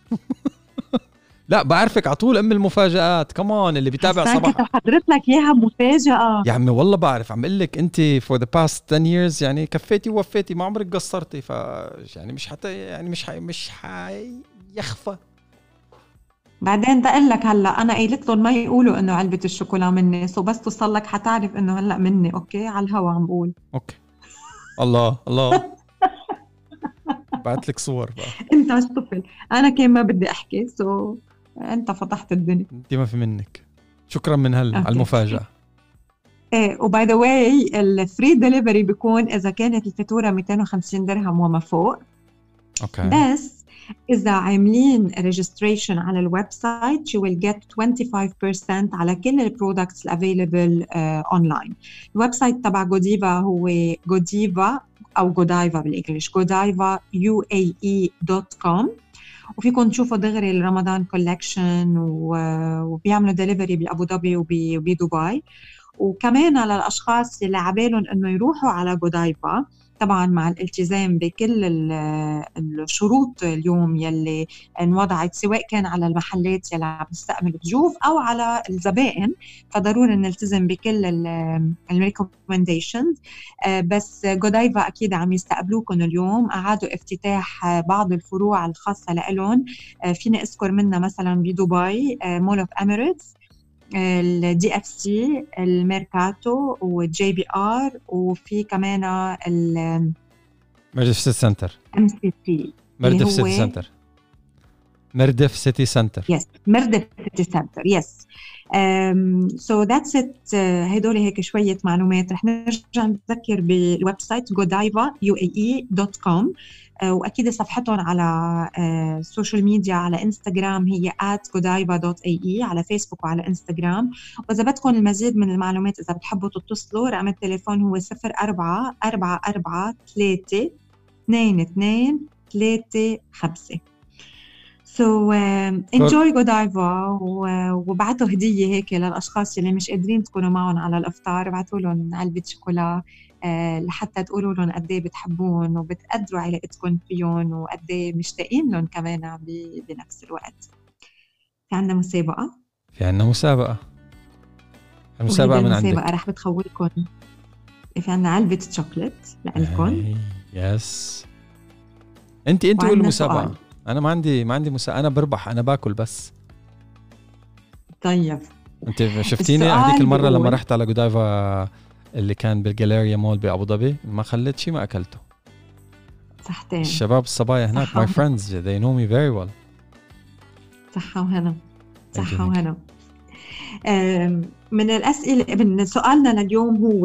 S1: لا بعرفك على طول أم المفاجآت كمان اللي بيتابع صباح.
S2: كنت محضرت لك إياها مفاجأة
S1: يا عمي والله بعرف. عم قلك أنت for the past 10 years يعني كفيتي ووفيتي، ما عمرك قصرتي. يعني مش حتى يعني مش يخفى.
S2: بعدين بقول لك هلا انا قايلت لهم ما يقولوا انه علبه الشوكولا مني، سو بس توصل لك حتعرف انه هلا مني. اوكي على الهوا عم بقول.
S1: اوكي الله بعت لك صور بقى.
S2: انت مش طفل، انا كان ما بدي احكي، سو انت فتحت الدنيا.
S1: انت ما في منك. شكرا من على المفاجأة.
S2: ايه وباي ذا واي الفري ديليفري بيكون اذا كانت الفاتورة 250 درهم وما فوق.
S1: اوكي.
S2: بس إذا عاملين registration على الويب سايت you will get 25% على كل البرودكتس الافيلبل اونلاين. الويب سايت تبع جوديفا هو جوديفا أو جودايفا بالإنجليش godaiva.uae.com، وفيكم تشوفوا دغري الرمضان كولكشن وبيعملوا ديليفري بأبو ظبي وبدبي. وكمان على الأشخاص اللي عبالهم إنه يروحوا على جودايفا طبعا مع الالتزام بكل الشروط اليوم يلي انوضعت سواء كان على المحلات يلي عم تستقبل ضيوف او على الزبائن، فضروري نلتزم بكل الريكومنديشنز. بس جودايفا اكيد عم يستقبلوكم اليوم، اعادوا افتتاح بعض الفروع الخاصه لهم. فيني اذكر منها مثلا بدبي مول اوف اميريتس، الدي اف سي، الميركاتو والجي بي ار، وفي كمان
S1: مردف سيتي سنتر.
S2: ام سي سي
S1: مردف سيتي سنتر. مردف سيتي سنتر.
S2: يس مردف سيتي سنتر يس. سو ذاتس ات. هدول هيك شويه معلومات. رح نرجع نتذكر بالويب سايت godaiva.uae.com، واكيد صفحتهم على السوشيال ميديا على انستغرام هي @godaiva.ae على فيسبوك وعلى انستغرام. واذا بدكم المزيد من المعلومات اذا بتحبوا تتصلوا رقم التليفون هو 0444322235. So enjoy Godiva وبعتوا هدية هيك للأشخاص اللي مش قادرين تكونوا معهم على الإفطار، بعتوا لهم علبة شوكولا لحتى تقولوا لهم قد ايه بتحبون وبتقدروا علاقتكم فيهم وقد ايه مشتاقين لهم كمان بنفس الوقت. في عندنا مسابقة. المسابقة من عندك. المسابقة رح بتخولكم. في عندنا علبة شوكولات لكم.
S1: يس. انت قولي المسابقة. انا ما عندي مسابقة، انا بربح، انا باكل بس.
S2: طيب
S1: انت شفتيني هذيك المرة لما رحت على جودايفا اللي كان بالجاليريا مول بأبو ظبي، ما خليت شيء ما أكلته.
S2: صحتين.
S1: الشباب الصبايا هناك my friends they know me very well.
S2: صحة وهنا. من الأسئلة من سؤالنا لليوم هو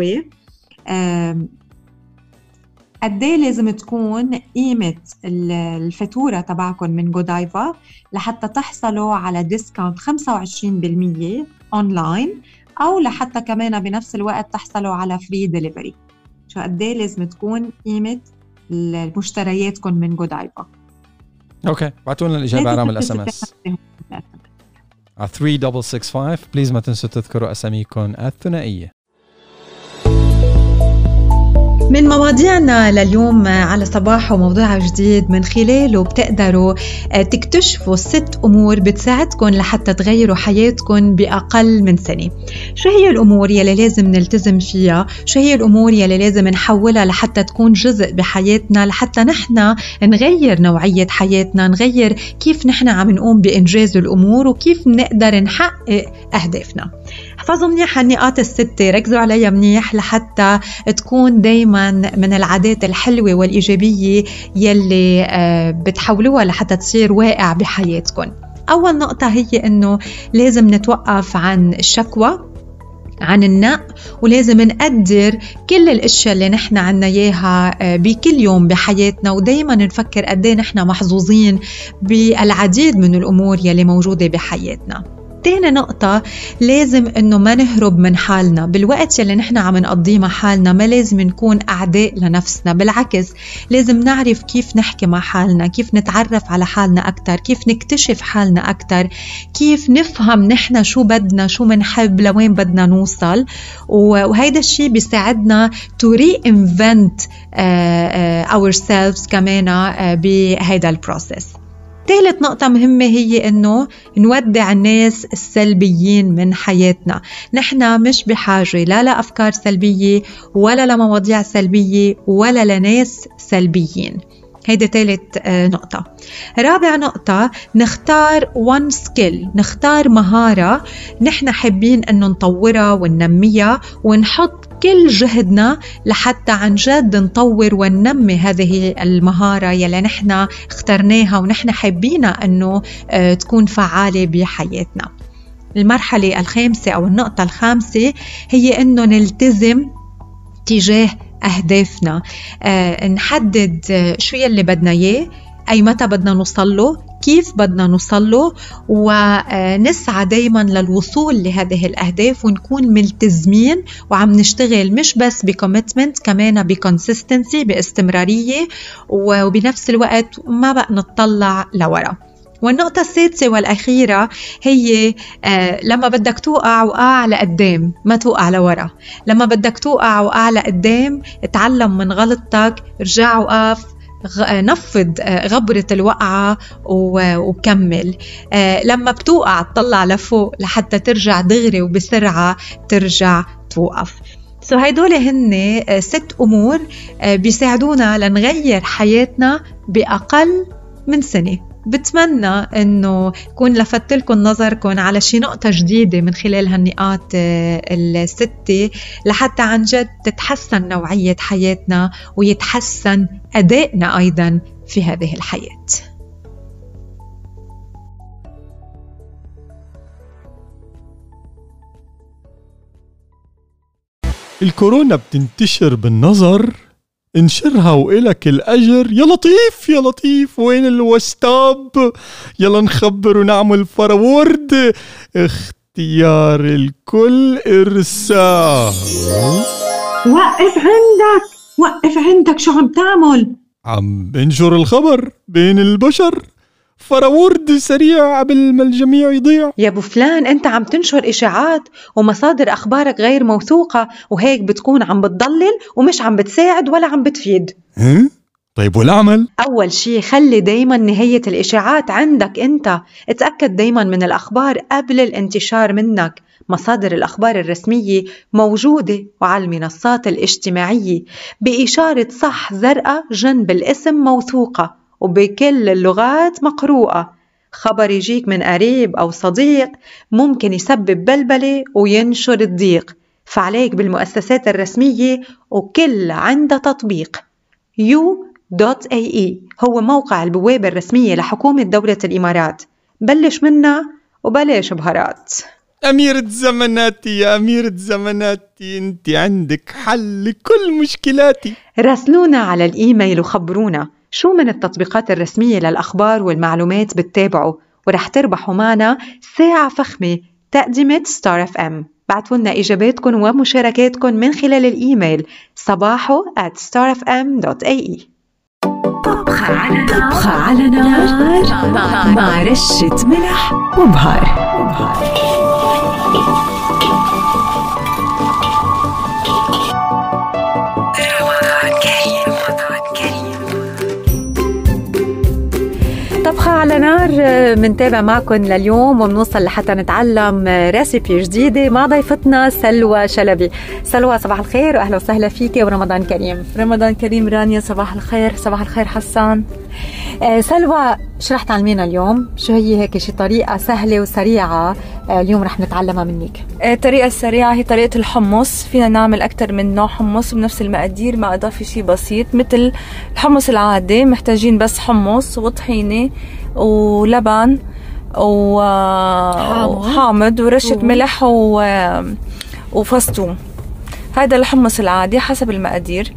S2: قد ايه لازم تكون قيمة الفاتورة تبعكم من جودايفا لحتى تحصلوا على ديسكاونت 25% أونلاين، أو لحتى كمان بنفس الوقت تحصلوا على فري ديليفري؟ شو قد ايه لازم تكون قيمة مشترياتكم من جودايفا؟
S1: اوكي بعتوا لنا الإجابة على رقم الSMS على 3665. بليز ما تنسوا تذكروا أساميكم الثنائية.
S3: من مواضيعنا لليوم على صباح وموضوع جديد من خلاله بتقدروا تكتشفوا 6 أمور بتساعدكم لحتى تغيروا حياتكم بأقل من سنة. شو هي الأمور يلي لازم نلتزم فيها؟ شو هي الأمور يلي لازم نحولها لحتى تكون جزء بحياتنا، لحتى نحن نغير نوعية حياتنا، نغير كيف نحن عم نقوم بإنجاز الأمور وكيف نقدر نحقق أهدافنا. احفظوا منيح النقاط 6، ركزوا عليها منيح لحتى تكون دايما من العادات الحلوة والإيجابية يلي بتحولوها لحتى تصير واقع بحياتكم. أول نقطة هي أنه لازم نتوقف عن الشكوى، عن النق، ولازم نقدر كل الاشياء اللي نحن عنا اياها بكل يوم بحياتنا، ودايما نفكر قد ايه نحن محظوظين بالعديد من الامور يلي موجودة بحياتنا. تاني نقطة لازم انه ما نهرب من حالنا بالوقت يلي نحن عم نقضيه مع حالنا. ما لازم نكون اعداء لنفسنا، بالعكس لازم نعرف كيف نحكي مع حالنا، كيف نتعرف على حالنا اكتر، كيف نكتشف حالنا اكتر، كيف نفهم نحن شو بدنا، شو منحب، لوين بدنا نوصل. وهيدا الشيء بيساعدنا to reinvent ourselves كمان بهيدا البروسيس. ثالث نقطة مهمة هي إنه نودع الناس السلبيين من حياتنا. نحن مش بحاجة لا لأفكار سلبية ولا لمواضيع سلبية ولا لناس سلبيين.
S2: هيدا ثالث نقطة. رابع نقطة، نختار one skill، نختار مهارة نحن حابين أنه نطورها وننميها، ونحط كل جهدنا لحتى عن جد نطور وننمي هذه المهارة يلي نحن اخترناها ونحن حابينها أنه تكون فعالة بحياتنا. المرحلة الخامسة أو النقطة الخامسة هي أنه نلتزم تجاه أهدافنا، نحدد شو يلي بدنا إياه، أي متى بدنا نوصله، كيف بدنا نوصله، ونسعى دايما للوصول لهذه الأهداف، ونكون ملتزمين وعم نشتغل مش بس بكوميتمنت، كمان بكونسيستنسي، باستمرارية، وبنفس الوقت ما بقى نتطلع لورا. والنقطة السادسة والأخيرة هي لما بدك توقع وقع لقدام، ما توقع لورا. لما بدك توقع وقع لقدام، اتعلم من غلطتك، رجع وقف، نفض غبرة الوقعة وكمل. لما بتوقع تطلع لفوق لحتى ترجع دغري وبسرعة ترجع توقف. هيدول هن 6 أمور بيساعدونا لنغير حياتنا بأقل من سنة. بتمنى أنه كون لفت لكم نظركم على شي نقطة جديدة من خلال هالنقاط ال6 لحتى عن جد تتحسن نوعية حياتنا ويتحسن أدائنا أيضا في هذه الحياة.
S1: الكورونا بتنتشر بالنظر، انشرها وإلك الأجر. يا لطيف يا لطيف، وين الوستاب؟ يلا نخبر ونعمل فورورد. اختيار الكل إرسال.
S2: وقف عندك شو عم تعمل؟
S1: عم بنشر الخبر بين البشر، فورورد سريع قبل ما الجميع يضيع.
S2: يا ابو فلان، انت عم تنشر اشاعات ومصادر اخبارك غير موثوقة، وهيك بتكون عم بتضلل ومش عم بتساعد ولا عم بتفيد.
S1: طيب والعمل؟
S2: اول شي خلي دايما نهاية الاشاعات عندك انت، اتأكد دايما من الاخبار قبل الانتشار منك. مصادر الأخبار الرسمية موجودة وعلى المنصات الاجتماعية بإشارة صح زرقاء جنب الاسم موثوقة، وبكل اللغات مقروءة. خبر يجيك من قريب أو صديق ممكن يسبب بلبلة وينشر الضيق، فعليك بالمؤسسات الرسمية وكل عندها تطبيق. U.ae هو موقع البوابة الرسمية لحكومة دولة الإمارات. بلش منها وبلاش بهارات.
S1: أميرة زمناتي يا أميرة زمناتي، أنت عندك حل لكل مشكلاتي.
S2: راسلونا على الإيميل وخبرونا شو من التطبيقات الرسمية للأخبار والمعلومات بتتابعوا، ورح تربحوا معنا ساعة فخمة تقديمة ستار FM. بعتوا لنا إجاباتكم ومشاركاتكم من خلال الإيميل sabaho@starfm.ae.
S3: طبخة على نار مع رشة ملح وبهار. طبخة على نار منتابع معكم لليوم، ومنوصل لحتى نتعلم ريسيبي جديدة مع ضيفتنا سلوى شلبي. سلوى صباح الخير وأهلا وسهلا فيكي ورمضان كريم.
S5: رمضان كريم رانيا، صباح الخير. صباح الخير حسان.
S2: سلوى، شو رح تعلمينا اليوم؟ شو هي هيك شي طريقة سهلة وسريعة اليوم رح نتعلمها منك؟
S5: الطريقة السريعة هي طريقة الحمص. فينا نعمل أكتر من نوع حمص بنفس المقادير مع إضافة شي بسيط مثل الحمص العادي. محتاجين بس حمص وطحينة ولبن وحامض ورشة ملح وفص ثوم. هذا الحمص العادي حسب المقادير.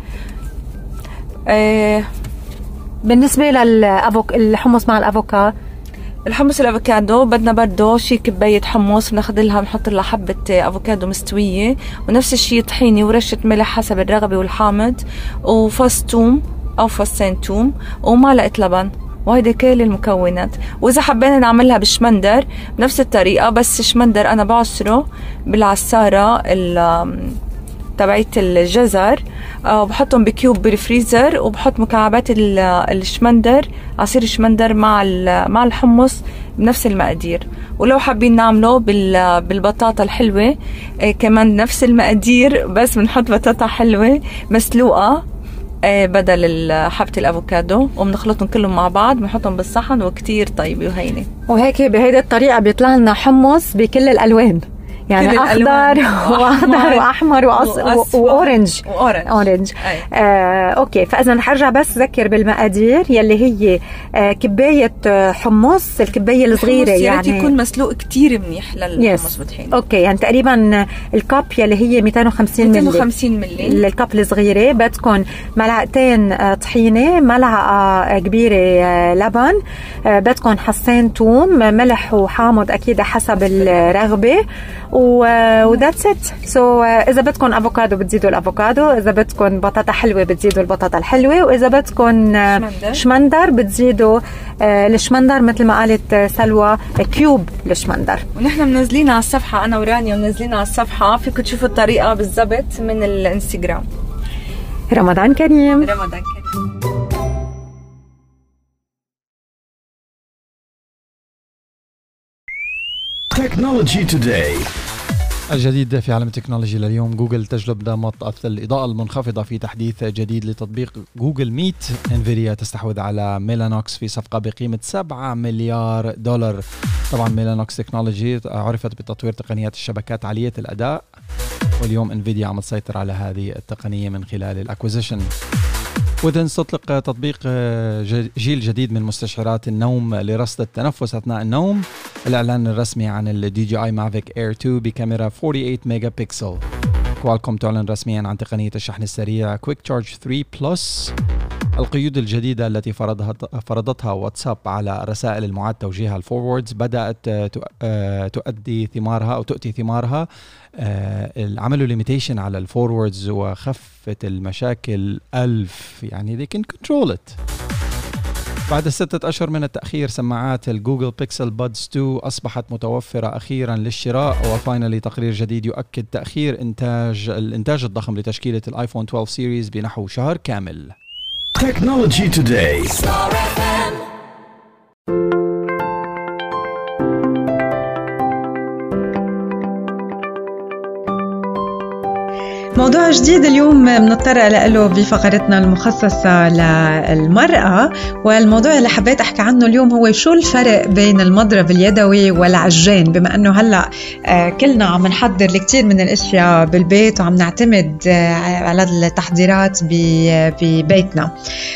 S2: بالنسبة للحمص مع الأفوكادو،
S5: الحمص الافوكادو بدنا برضه شي كباية حمص بناخذ لها بنحط لها حبة افوكادو مستوية، ونفس الشيء طحينة ورشة ملح حسب الرغبة والحامض، وفص ثوم او فصين ثوم ومعلقة لبن، وهيدي كل المكونات. واذا حبينا نعملها بالشمندر بنفس الطريقة، بس الشمندر انا بعصره بالعصارة تبعت الجزر وبحطهم بكيوب بالفريزر، وبحط مكعبات الشمندر، عصير الشمندر مع الحمص بنفس المقادير. ولو حابين نعمله بالبطاطا الحلوة كمان نفس المقادير، بس بنحط بطاطا حلوة مسلوقة بدل حبة الأفوكادو، وبنخلطهم كلهم مع بعض، بنحطهم بالصحن وكتير طيبة وهينة.
S6: وهيك بهيدي الطريقة بيطلع لنا حمص بكل الألوان، يعني أخضر وأخضر وأحمر وأورنج. أوكي، فإذا نرجع بس ذكر بالمقادير يلي هي كباية حمص، الكباية الصغيرة يعني
S5: يكون مسلوق كتير منيح للحمص بطحين.
S6: أوكي، يعني تقريبا الكاب يلي هي 250 ملي الكاب الصغيرة، بدكم معلقتين طحينة، ملعقة كبيرة لبن، بدكم حصين توم، ملح وحامض أكيد حسب الرغبة، وذاتس ات. سو اذا بدكم افوكادو بتزيدوا الافوكادو، اذا بدكم بطاطا حلوه بتزيدوا البطاطا الحلوه، واذا بدكم شمندر بتزيدوا الشمندر مثل ما قالت سلوى، كيوب الشمندر.
S5: ونحن منزلين على الصفحه، انا ورانيا منزلين على الصفحه، فيكم تشوفوا الطريقه بالضبط من الانستغرام.
S6: رمضان كريم.
S5: رمضان كريم.
S7: تكنولوجي توداي.
S1: الجديد في عالم التكنولوجيا لليوم، جوجل تجلب نمط الإضاءة المنخفضة في تحديث جديد لتطبيق جوجل ميت. انفيديا تستحوذ على ميلانوكس في صفقة بقيمة $7 مليار. طبعا ميلانوكس تكنولوجي عرفت بتطوير تقنيات الشبكات عالية الأداء، واليوم انفيديا عم تسيطر على هذه التقنية من خلال الاكوزيشن. وذن تطلق تطبيق جيل جديد من مستشعرات النوم لرصد التنفس أثناء النوم. الإعلان الرسمي عن ال DJI Mavic Air 2 بكاميرا 48 ميجا بكسل. كوالكوم تعلن رسميا عن تقنية الشحن السريع Quick Charge 3 Plus. القيود الجديدة التي فرضتها واتساب على الرسائل المعاد توجيهها الفوروردز بدأت تؤتي ثمارها. عملوا ليميتيشن على الفوروردز وخفت المشاكل 1000، يعني they can control it. بعد 6 أشهر من التأخير، سماعات الجوجل بيكسل بادز 2 أصبحت متوفرة أخيرا للشراء. وفاينالي تقرير جديد يؤكد تأخير الإنتاج الضخم لتشكيلة الآيفون 12 سيريز بنحو شهر كامل.
S7: Technology Today.
S3: موضوع جديد اليوم بنضطر له بفقرتنا المخصصة للمرأة، والموضوع اللي حبيت أحكي عنه اليوم هو شو الفرق بين المضرب اليدوي والعجين، بما أنه هلأ كلنا عم نحضر لكتير من الأشياء بالبيت وعم نعتمد على التحضيرات ببيتنا.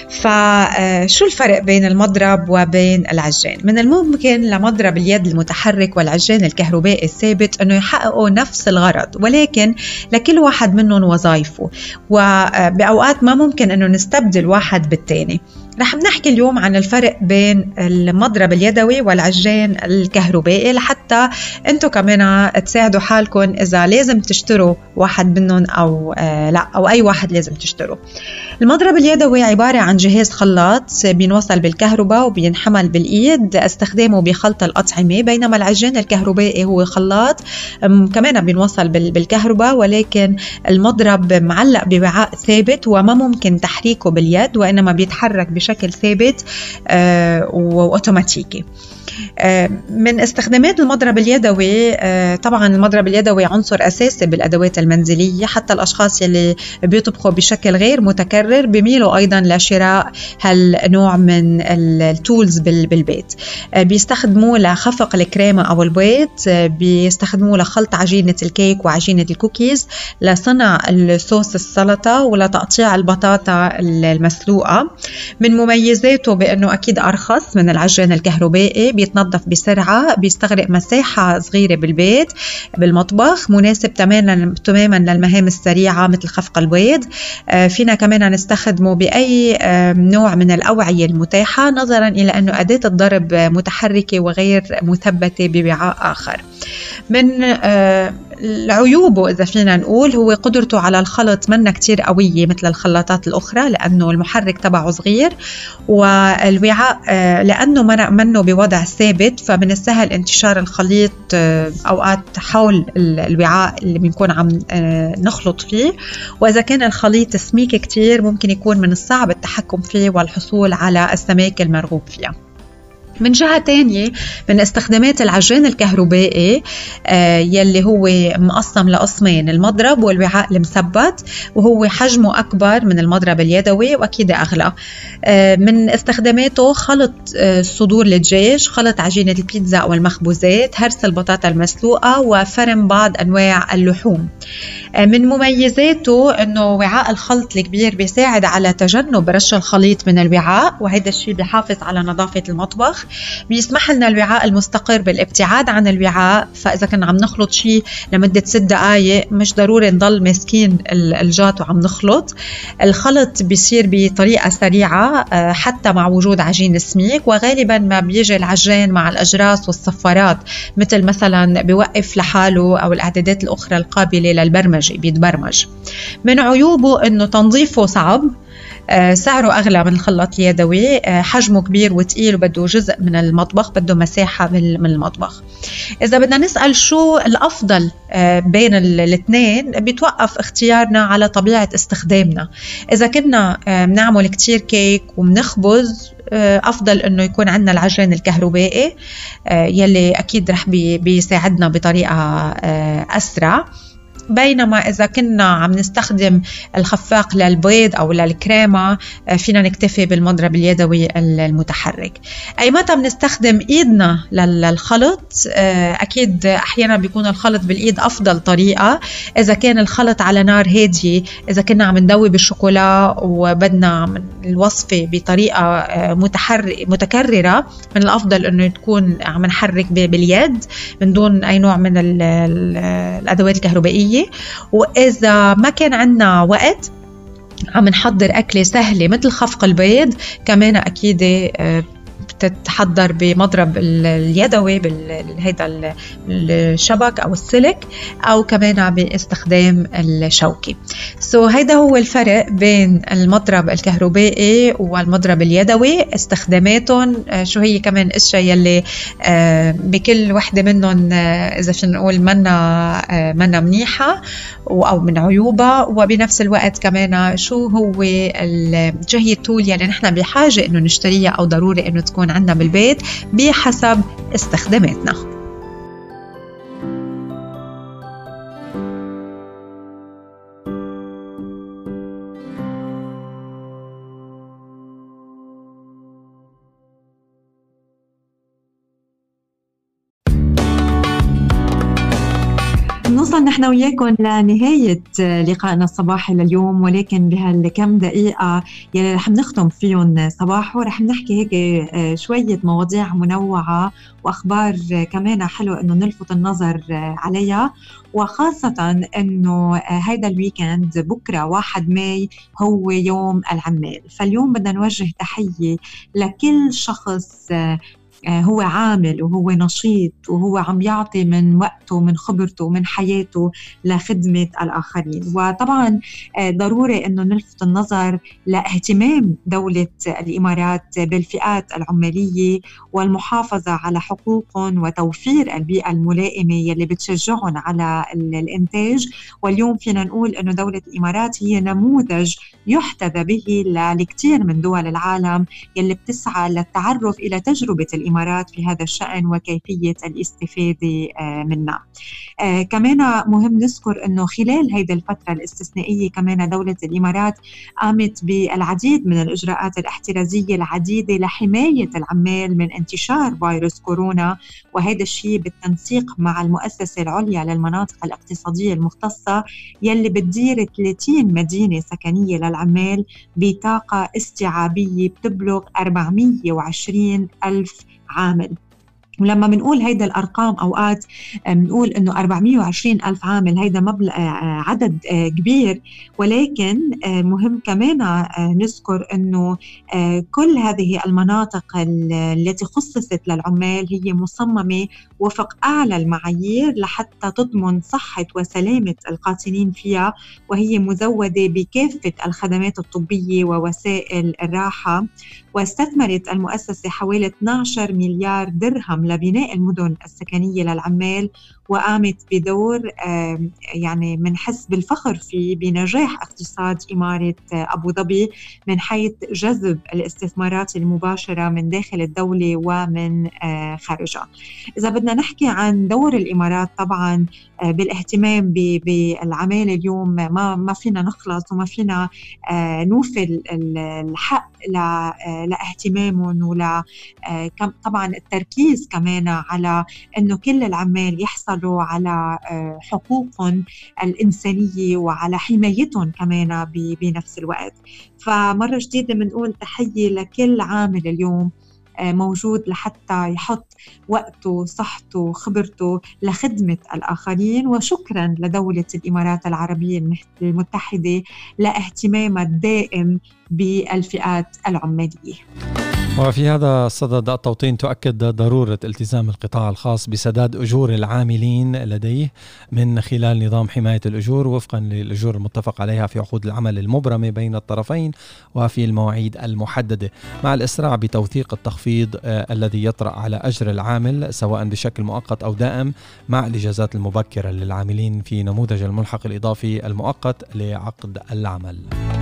S3: فشو الفرق بين المضرب وبين العجين؟ من الممكن لمضرب اليد المتحرك والعجين الكهربائي الثابت أنه يحققوا نفس الغرض، ولكن لكل واحد منهم وظائفه، وبأوقات ما ممكن أنه نستبدل واحد بالتاني. رح نحكي اليوم عن الفرق بين المضرب اليدوي والعجين الكهربائي، لحتى انتو كمان تساعدوا حالكم إذا لازم تشتروا واحد منهم أو لا، أو أي واحد لازم تشتروا. المضرب اليدوي عبارة عن جهاز خلاط بينوصل بالكهرباء وبينحمل بالإيد، استخدامه بخلط الأطعمة، بينما العجين الكهربائي هو خلاط كمان بينوصل بالكهرباء، ولكن المضرب معلق بوعاء ثابت وما ممكن تحريكه باليد، وإنما بيتحرك بشكل ثابت وأوتوماتيكي. من استخدامات المضرب اليدوي، طبعا المضرب اليدوي عنصر أساسي بالأدوات المنزلية، حتى الأشخاص يلي بيطبخوا بشكل غير متكرر بيميلوا أيضا لشراء هالنوع من التولز بالبيت. بيستخدموه لخفق الكريمة أو البيض، بيستخدموه لخلط عجينة الكيك وعجينة الكوكيز، لصنع الصوص السلطة، ولتقطيع البطاطا المسلوقة. من مميزاته بأنه أكيد أرخص من العجين الكهربائي، بيتنظف بسرعة، بيستغرق مساحة صغيرة بالبيت بالمطبخ، مناسب تماما للمهام السريعة مثل خفق البيض. فينا كمان نستخدمه بأي نوع من الأوعية المتاحة، نظرا إلى أنه أداة الضرب متحركة وغير مثبتة بوعاء آخر. من عيوبه إذا فينا نقول هو قدرته على الخلط منا كتير قوية مثل الخلاطات الأخرى، لأنه المحرك تبعه صغير، والوعاء لأنه منه بوضع ثابت، فمن السهل انتشار الخليط أوقات حول الوعاء اللي بنكون عم نخلط فيه، وإذا كان الخليط سميك كتير ممكن يكون من الصعب التحكم فيه والحصول على السماكة المرغوب فيها.
S2: من جهة تانية من استخدامات العجان الكهربائي يلي هو مقسم لقسمين، المضرب والوعاء المثبت، وهو حجمه أكبر من المضرب اليدوي وأكيد أغلى. من استخداماته خلط صدور الدجاج، خلط عجينة البيتزا أو المخبوزات، هرس البطاطا المسلوقة، وفرم بعض أنواع اللحوم. من مميزاته أنه وعاء الخلط الكبير بيساعد على تجنب رش الخليط من الوعاء، وهذا الشيء بيحافظ على نظافة المطبخ. بيسمح لنا الوعاء المستقر بالابتعاد عن الوعاء، فإذا كنا عم نخلط شيء لمدة 6 دقائق مش ضروري نضل ماسكين الجات وعم نخلط. الخلط بيصير بطريقة سريعة حتى مع وجود عجين سميك، وغالبا ما بيجي العجان مع الأجراس والصفارات مثلا بيوقف لحاله، أو الإعدادات الأخرى القابلة للبرمجة بيتبرمج. من عيوبه أنه تنظيفه صعب، سعره أغلى من الخلاط اليدوي، حجمه كبير وتقيل وبده جزء من المطبخ، بده مساحة من المطبخ. إذا بدنا نسأل شو الأفضل بين الاثنين، بيتوقف اختيارنا على طبيعة استخدامنا. إذا كنا بنعمل كتير كيك ومنخبز، أفضل أنه يكون عندنا العجان الكهربائي يلي أكيد رح بيساعدنا بطريقة أسرع. بينما إذا كنا عم نستخدم الخفاق للبيض أو للكريمة، فينا نكتفي بالمضرب اليدوي المتحرك. أي متى بنستخدم إيدنا للخلط، أكيد أحيانا بيكون الخلط بالإيد أفضل طريقة. إذا كان الخلط على نار هادية، إذا كنا عم ندوب الشوكولا وبدنا الوصفة بطريقة متكررة، من الأفضل أنه تكون عم نحرك باليد من دون أي نوع من الأدوات الكهربائية. وإذا ما كان عندنا وقت عم نحضر أكلة سهلة مثل خفق البيض، كمان أكيد بتتحضر بمضرب اليدوي بهذا الشبك أو السلك، أو كمان باستخدام الشوكي. هيدا هو الفرق بين المضرب الكهربائي والمضرب اليدوي. استخداماتهم شو هي كمان اشياء يلي بكل وحدة منهم إذا فينا نقول منا منيحة أو من عيوبها، وبنفس الوقت كمان شو هي التول يلي نحن بحاجة إنه نشتريها أو ضروري إنه تكون عندنا بالبيت بحسب استخداماتنا.
S3: نوصل نحن وياكم لنهاية لقائنا الصباحي لليوم، ولكن بهالكم دقيقة يلي رح نختم فيهم صباحو رح نحكي هيك شوية مواضيع منوعة وأخبار كمان حلو إنه نلفت النظر عليها، وخاصة إنه هيدا الويكند بكرة 1 ماي هو يوم العمال. فاليوم بدنا نوجه تحية لكل شخص هو عامل وهو نشيط وهو عم يعطي من وقته ومن خبرته ومن حياته لخدمة الآخرين. وطبعا ضروري أنه نلفت النظر لاهتمام دولة الإمارات بالفئات العمالية والمحافظة على حقوقهم وتوفير البيئة الملائمة يلي بتشجعهم على الإنتاج. واليوم فينا نقول أنه دولة الإمارات هي نموذج يحتذى به لكثير من دول العالم يلي بتسعى للتعرف إلى تجربة الإمارات في هذا الشأن وكيفية الاستفادة منها. كمان مهم نذكر أنه خلال هذه الفترة الاستثنائية كمان دولة الإمارات قامت بالعديد من الإجراءات الاحترازية العديدة لحماية العمال من انتشار فيروس كورونا، وهذا الشيء بالتنسيق مع المؤسسة العليا للمناطق الاقتصادية المختصة يلي بتدير 30 مدينة سكنية للعمال بطاقة استيعابية بتبلغ 420 ألف عامل. ولما بنقول هيدا الأرقام أوقات بنقول إنه 420 ألف عامل، هيدا مبلغ عدد كبير، ولكن مهم كمان نذكر إنه كل هذه المناطق التي خصصت للعمال هي مصممة وفق أعلى المعايير لحتى تضمن صحة وسلامة القاطنين فيها، وهي مزودة بكافة الخدمات الطبية ووسائل الراحة. واستثمرت المؤسسة حوالي 12 مليار درهم لبناء المدن السكنية للعمال،
S2: وقامت بدور يعني بنحس بالفخر فيه بنجاح اقتصاد إمارة أبو ظبي من حيث جذب الاستثمارات المباشرة من داخل الدولة ومن خارجها. إذا بدنا نحكي عن دور الإمارات طبعاً بالاهتمام بالعمالة اليوم ما فينا نخلص وما فينا نوفي الحق لاهتمامهم طبعاً التركيز كمان على أنه كل العمال يحصلوا على حقوقهم الإنسانية وعلى حمايتهم كمان بنفس الوقت. فمرة جديدة بنقول تحية لكل عامل اليوم موجود لحتى يحط وقته صحته خبرته لخدمة الآخرين، وشكراً لدولة الإمارات العربية المتحدة لاهتمامها الدائم بالفئات العمالية.
S1: وفي هذا الصدد التوطين تؤكد ضرورة التزام القطاع الخاص بسداد أجور العاملين لديه من خلال نظام حماية الأجور وفقا للأجور المتفق عليها في عقود العمل المبرمة بين الطرفين وفي المواعيد المحددة، مع الإسراع بتوثيق التخفيض الذي يطرأ على أجر العامل سواء بشكل مؤقت أو دائم مع الإجازات المبكرة للعاملين في نموذج الملحق الإضافي المؤقت لعقد العمل.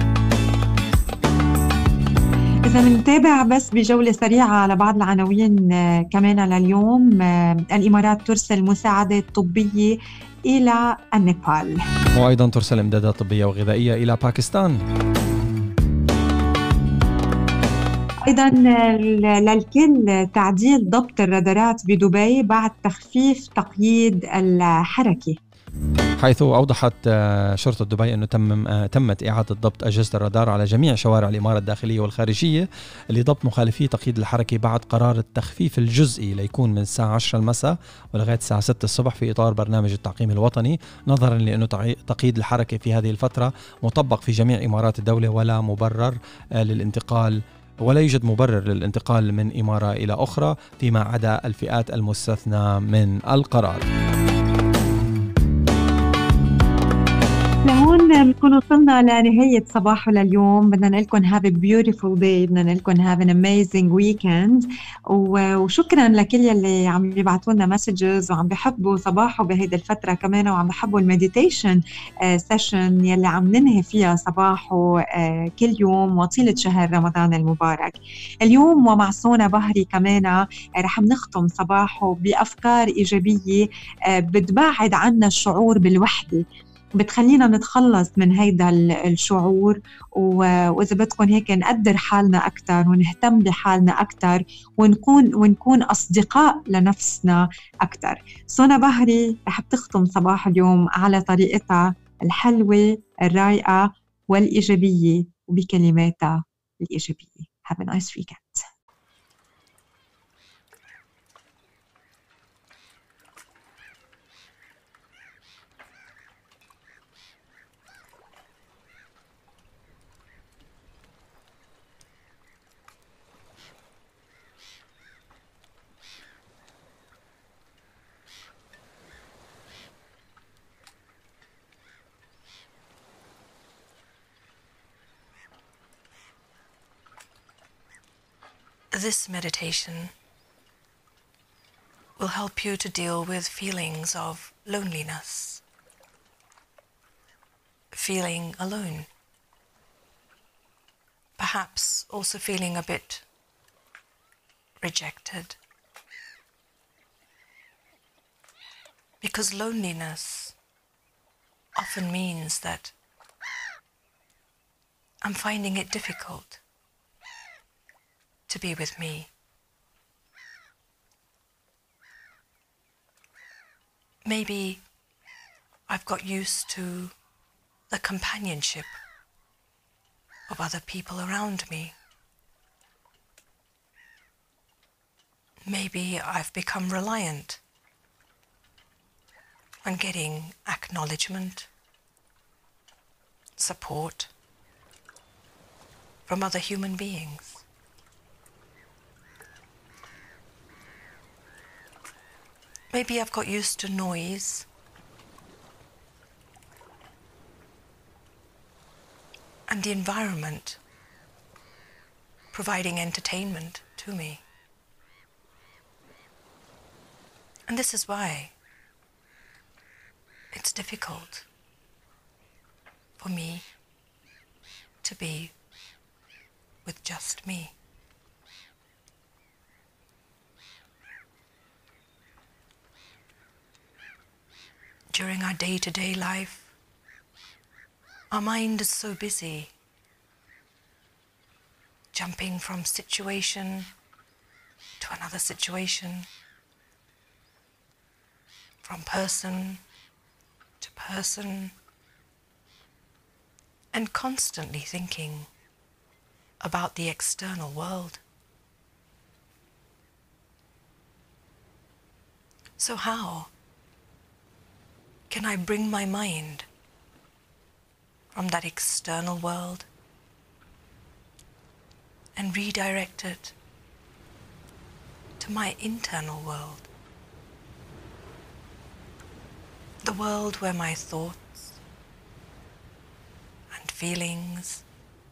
S2: إذا بنتابع بس بجولة سريعة على بعض العناوين كمان لليوم، الإمارات ترسل مساعدة طبية إلى النيبال،
S1: وأيضا ترسل إمدادات طبية وغذائية إلى باكستان.
S2: أيضا للكل تعديل ضبط الرادارات بدبي بعد تخفيف تقييد الحركة،
S1: حيث أوضحت شرطة دبي أنه تمت إعادة ضبط أجهزة الرادار على جميع شوارع الإمارة الداخلية والخارجية لضبط مخالفي تقييد الحركة بعد قرار التخفيف الجزئي ليكون من الساعة 10 المساء ولغاية الساعة 6 الصبح في إطار برنامج التعقيم الوطني، نظرا لأنه تقييد الحركة في هذه الفترة مطبق في جميع إمارات الدولة ولا يوجد مبرر للانتقال من إمارة إلى أخرى فيما عدا الفئات المستثنى من القرار.
S2: لهون بنكون وصلنا لنهاية صباحه لليوم. بدنا نقول لكم have a beautiful day، بدنا نقول لكم have an amazing weekend، وشكرا لكل يلي عم يبعتوا لنا مسجز وعم بيحبوا صباحه بهيدي الفترة كمان، وعم بيحبوا المديتيشن سيشن يلي عم ننهي فيها صباحه كل يوم وطيلة شهر رمضان المبارك. اليوم ومع سونا بهري كمان رح نختم صباحه بأفكار إيجابية بتبعد عنا الشعور بالوحدة، بتخلينا نتخلص من هيدا الشعور، وإذا بدكم هيك نقدر حالنا أكتر ونهتم بحالنا أكتر ونكون أصدقاء لنفسنا أكتر. سونا بهري رح بتختم صباح اليوم على طريقتها الحلوة الرايقة والإيجابية وبكلماتها الإيجابية. Have a nice weekend.
S8: This meditation will help you to deal with feelings of loneliness, feeling alone, perhaps also feeling a bit rejected. Because loneliness often means that I'm finding it difficult to be with me. Maybe I've got used to the companionship of other people around me. Maybe I've become reliant on getting acknowledgement, support from other human beings. Maybe I've got used to noise and the environment providing entertainment to me. And this is why it's difficult for me to be with just me. During our day-to-day life, our mind is so busy, jumping from situation to another situation, from person to person, and constantly thinking about the external world. So how can I bring my mind from that external world and redirect it to my internal world? The world where my thoughts and feelings,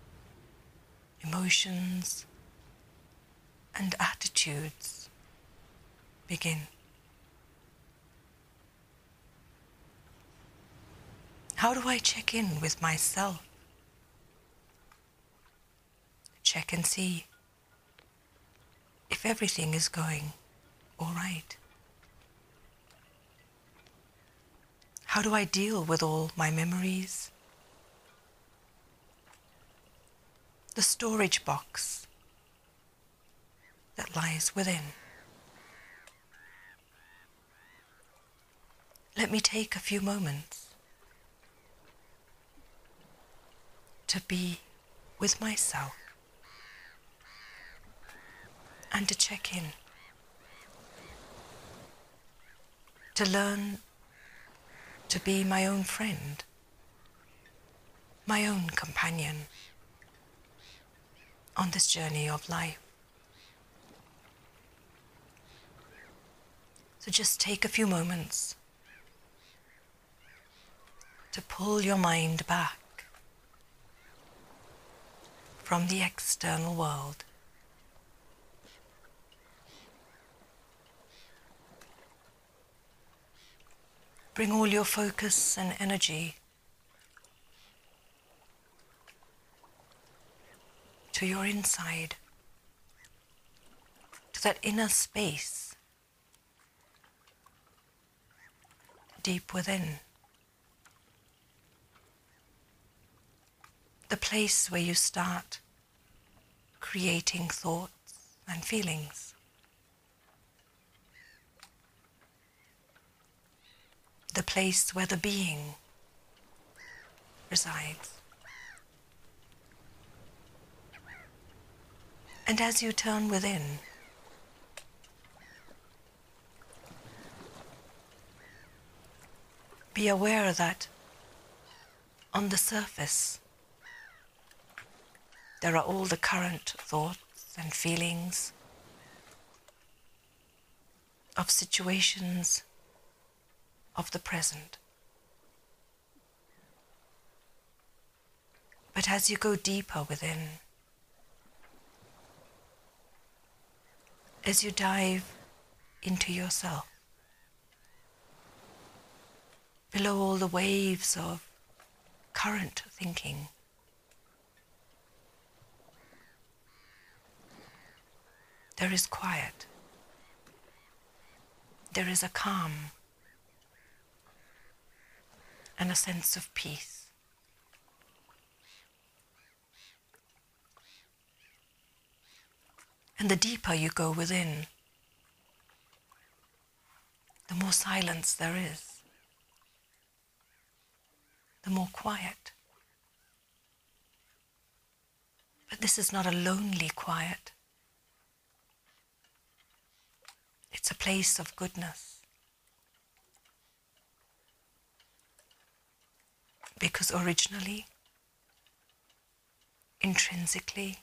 S8: emotions and attitudes begin. How do I check in with myself? Check and see if everything is going all right. How do I deal with all my memories? The storage box that lies within. Let me take a few moments to be with myself and to check in, to learn to be my own friend, my own companion on this journey of life. So just take a few moments to pull your mind back from the external world. Bring all your focus and energy to your inside, to that inner space deep within. The place where you start creating thoughts and feelings. The place where the being resides. And as you turn within, be aware that on the surface there are all the current thoughts and feelings of situations of the present. But as you go deeper within, as you dive into yourself, below all the waves of current thinking, there is quiet. There is a calm and a sense of peace. And the deeper you go within, the more silence there is, the more quiet. But this is not a lonely quiet. It's a place of goodness. Because originally, intrinsically,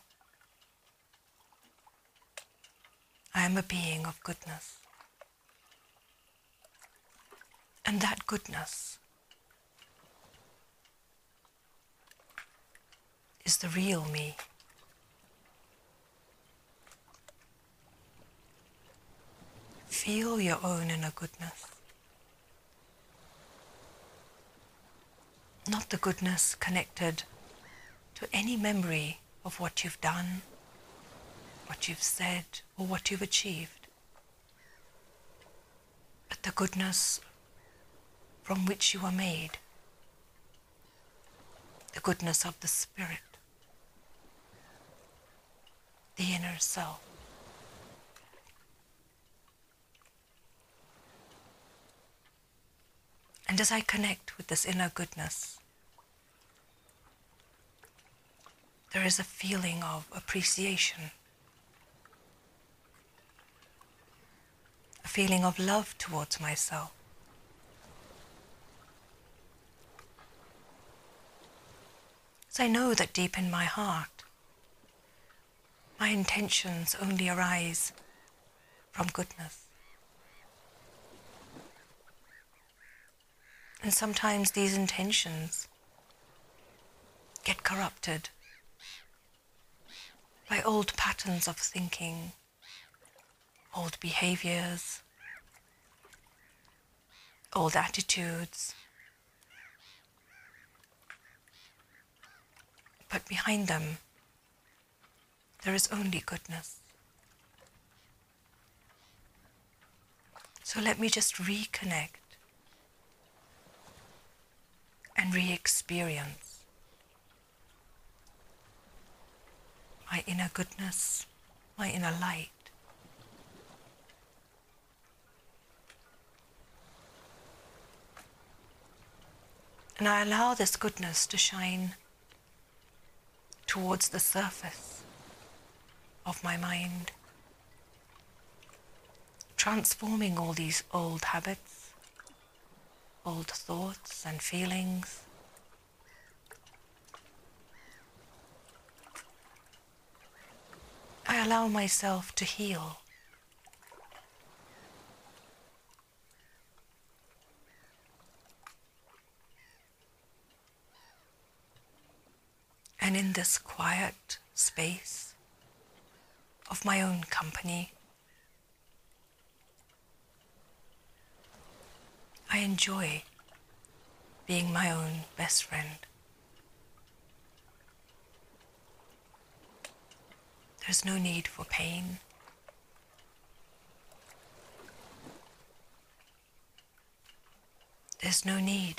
S8: I am a being of goodness. And that goodness is the real me. Feel your own inner goodness. not the goodness connected to any memory of what you've done, what you've said, or what you've achieved, but the goodness from which you were made, the goodness of the spirit, the inner self. And as I connect with this inner goodness, there is a feeling of appreciation, a feeling of love towards myself. So I know that deep in my heart, my intentions only arise from goodness. And sometimes these intentions get corrupted by old patterns of thinking, old behaviors, old attitudes. But behind them, there is only goodness. So let me just reconnect and re-experience my inner goodness, my inner light. And I allow this goodness to shine towards the surface of my mind, transforming all these old habits, old thoughts and feelings. I allow myself to heal. And in this quiet space of my own company, I enjoy being my own best friend. There's no need for pain. There's no need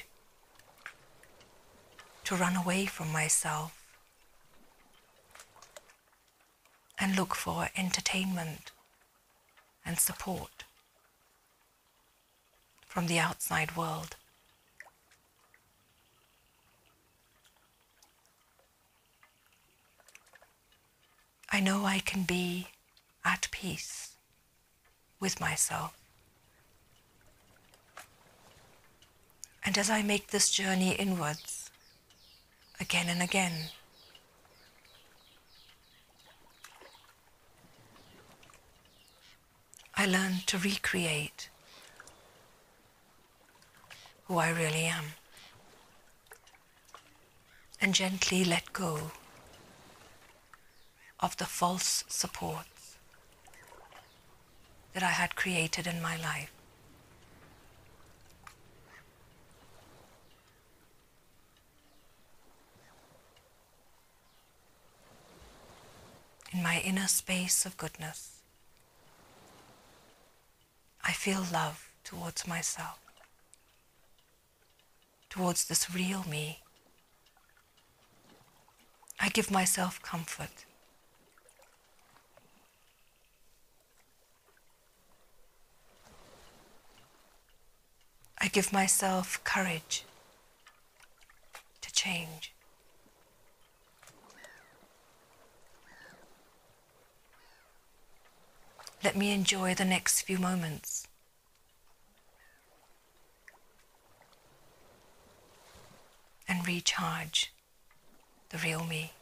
S8: to run away from myself and look for entertainment and support from the outside world. I know I can be at peace with myself. And as I make this journey inwards again and again, I learn to recreate who I really am and gently let go of the false supports that I had created in my life. In my inner space of goodness, I feel love towards myself, towards this real me. I give myself comfort. I give myself courage to change. Let me enjoy the next few moments and recharge the real me.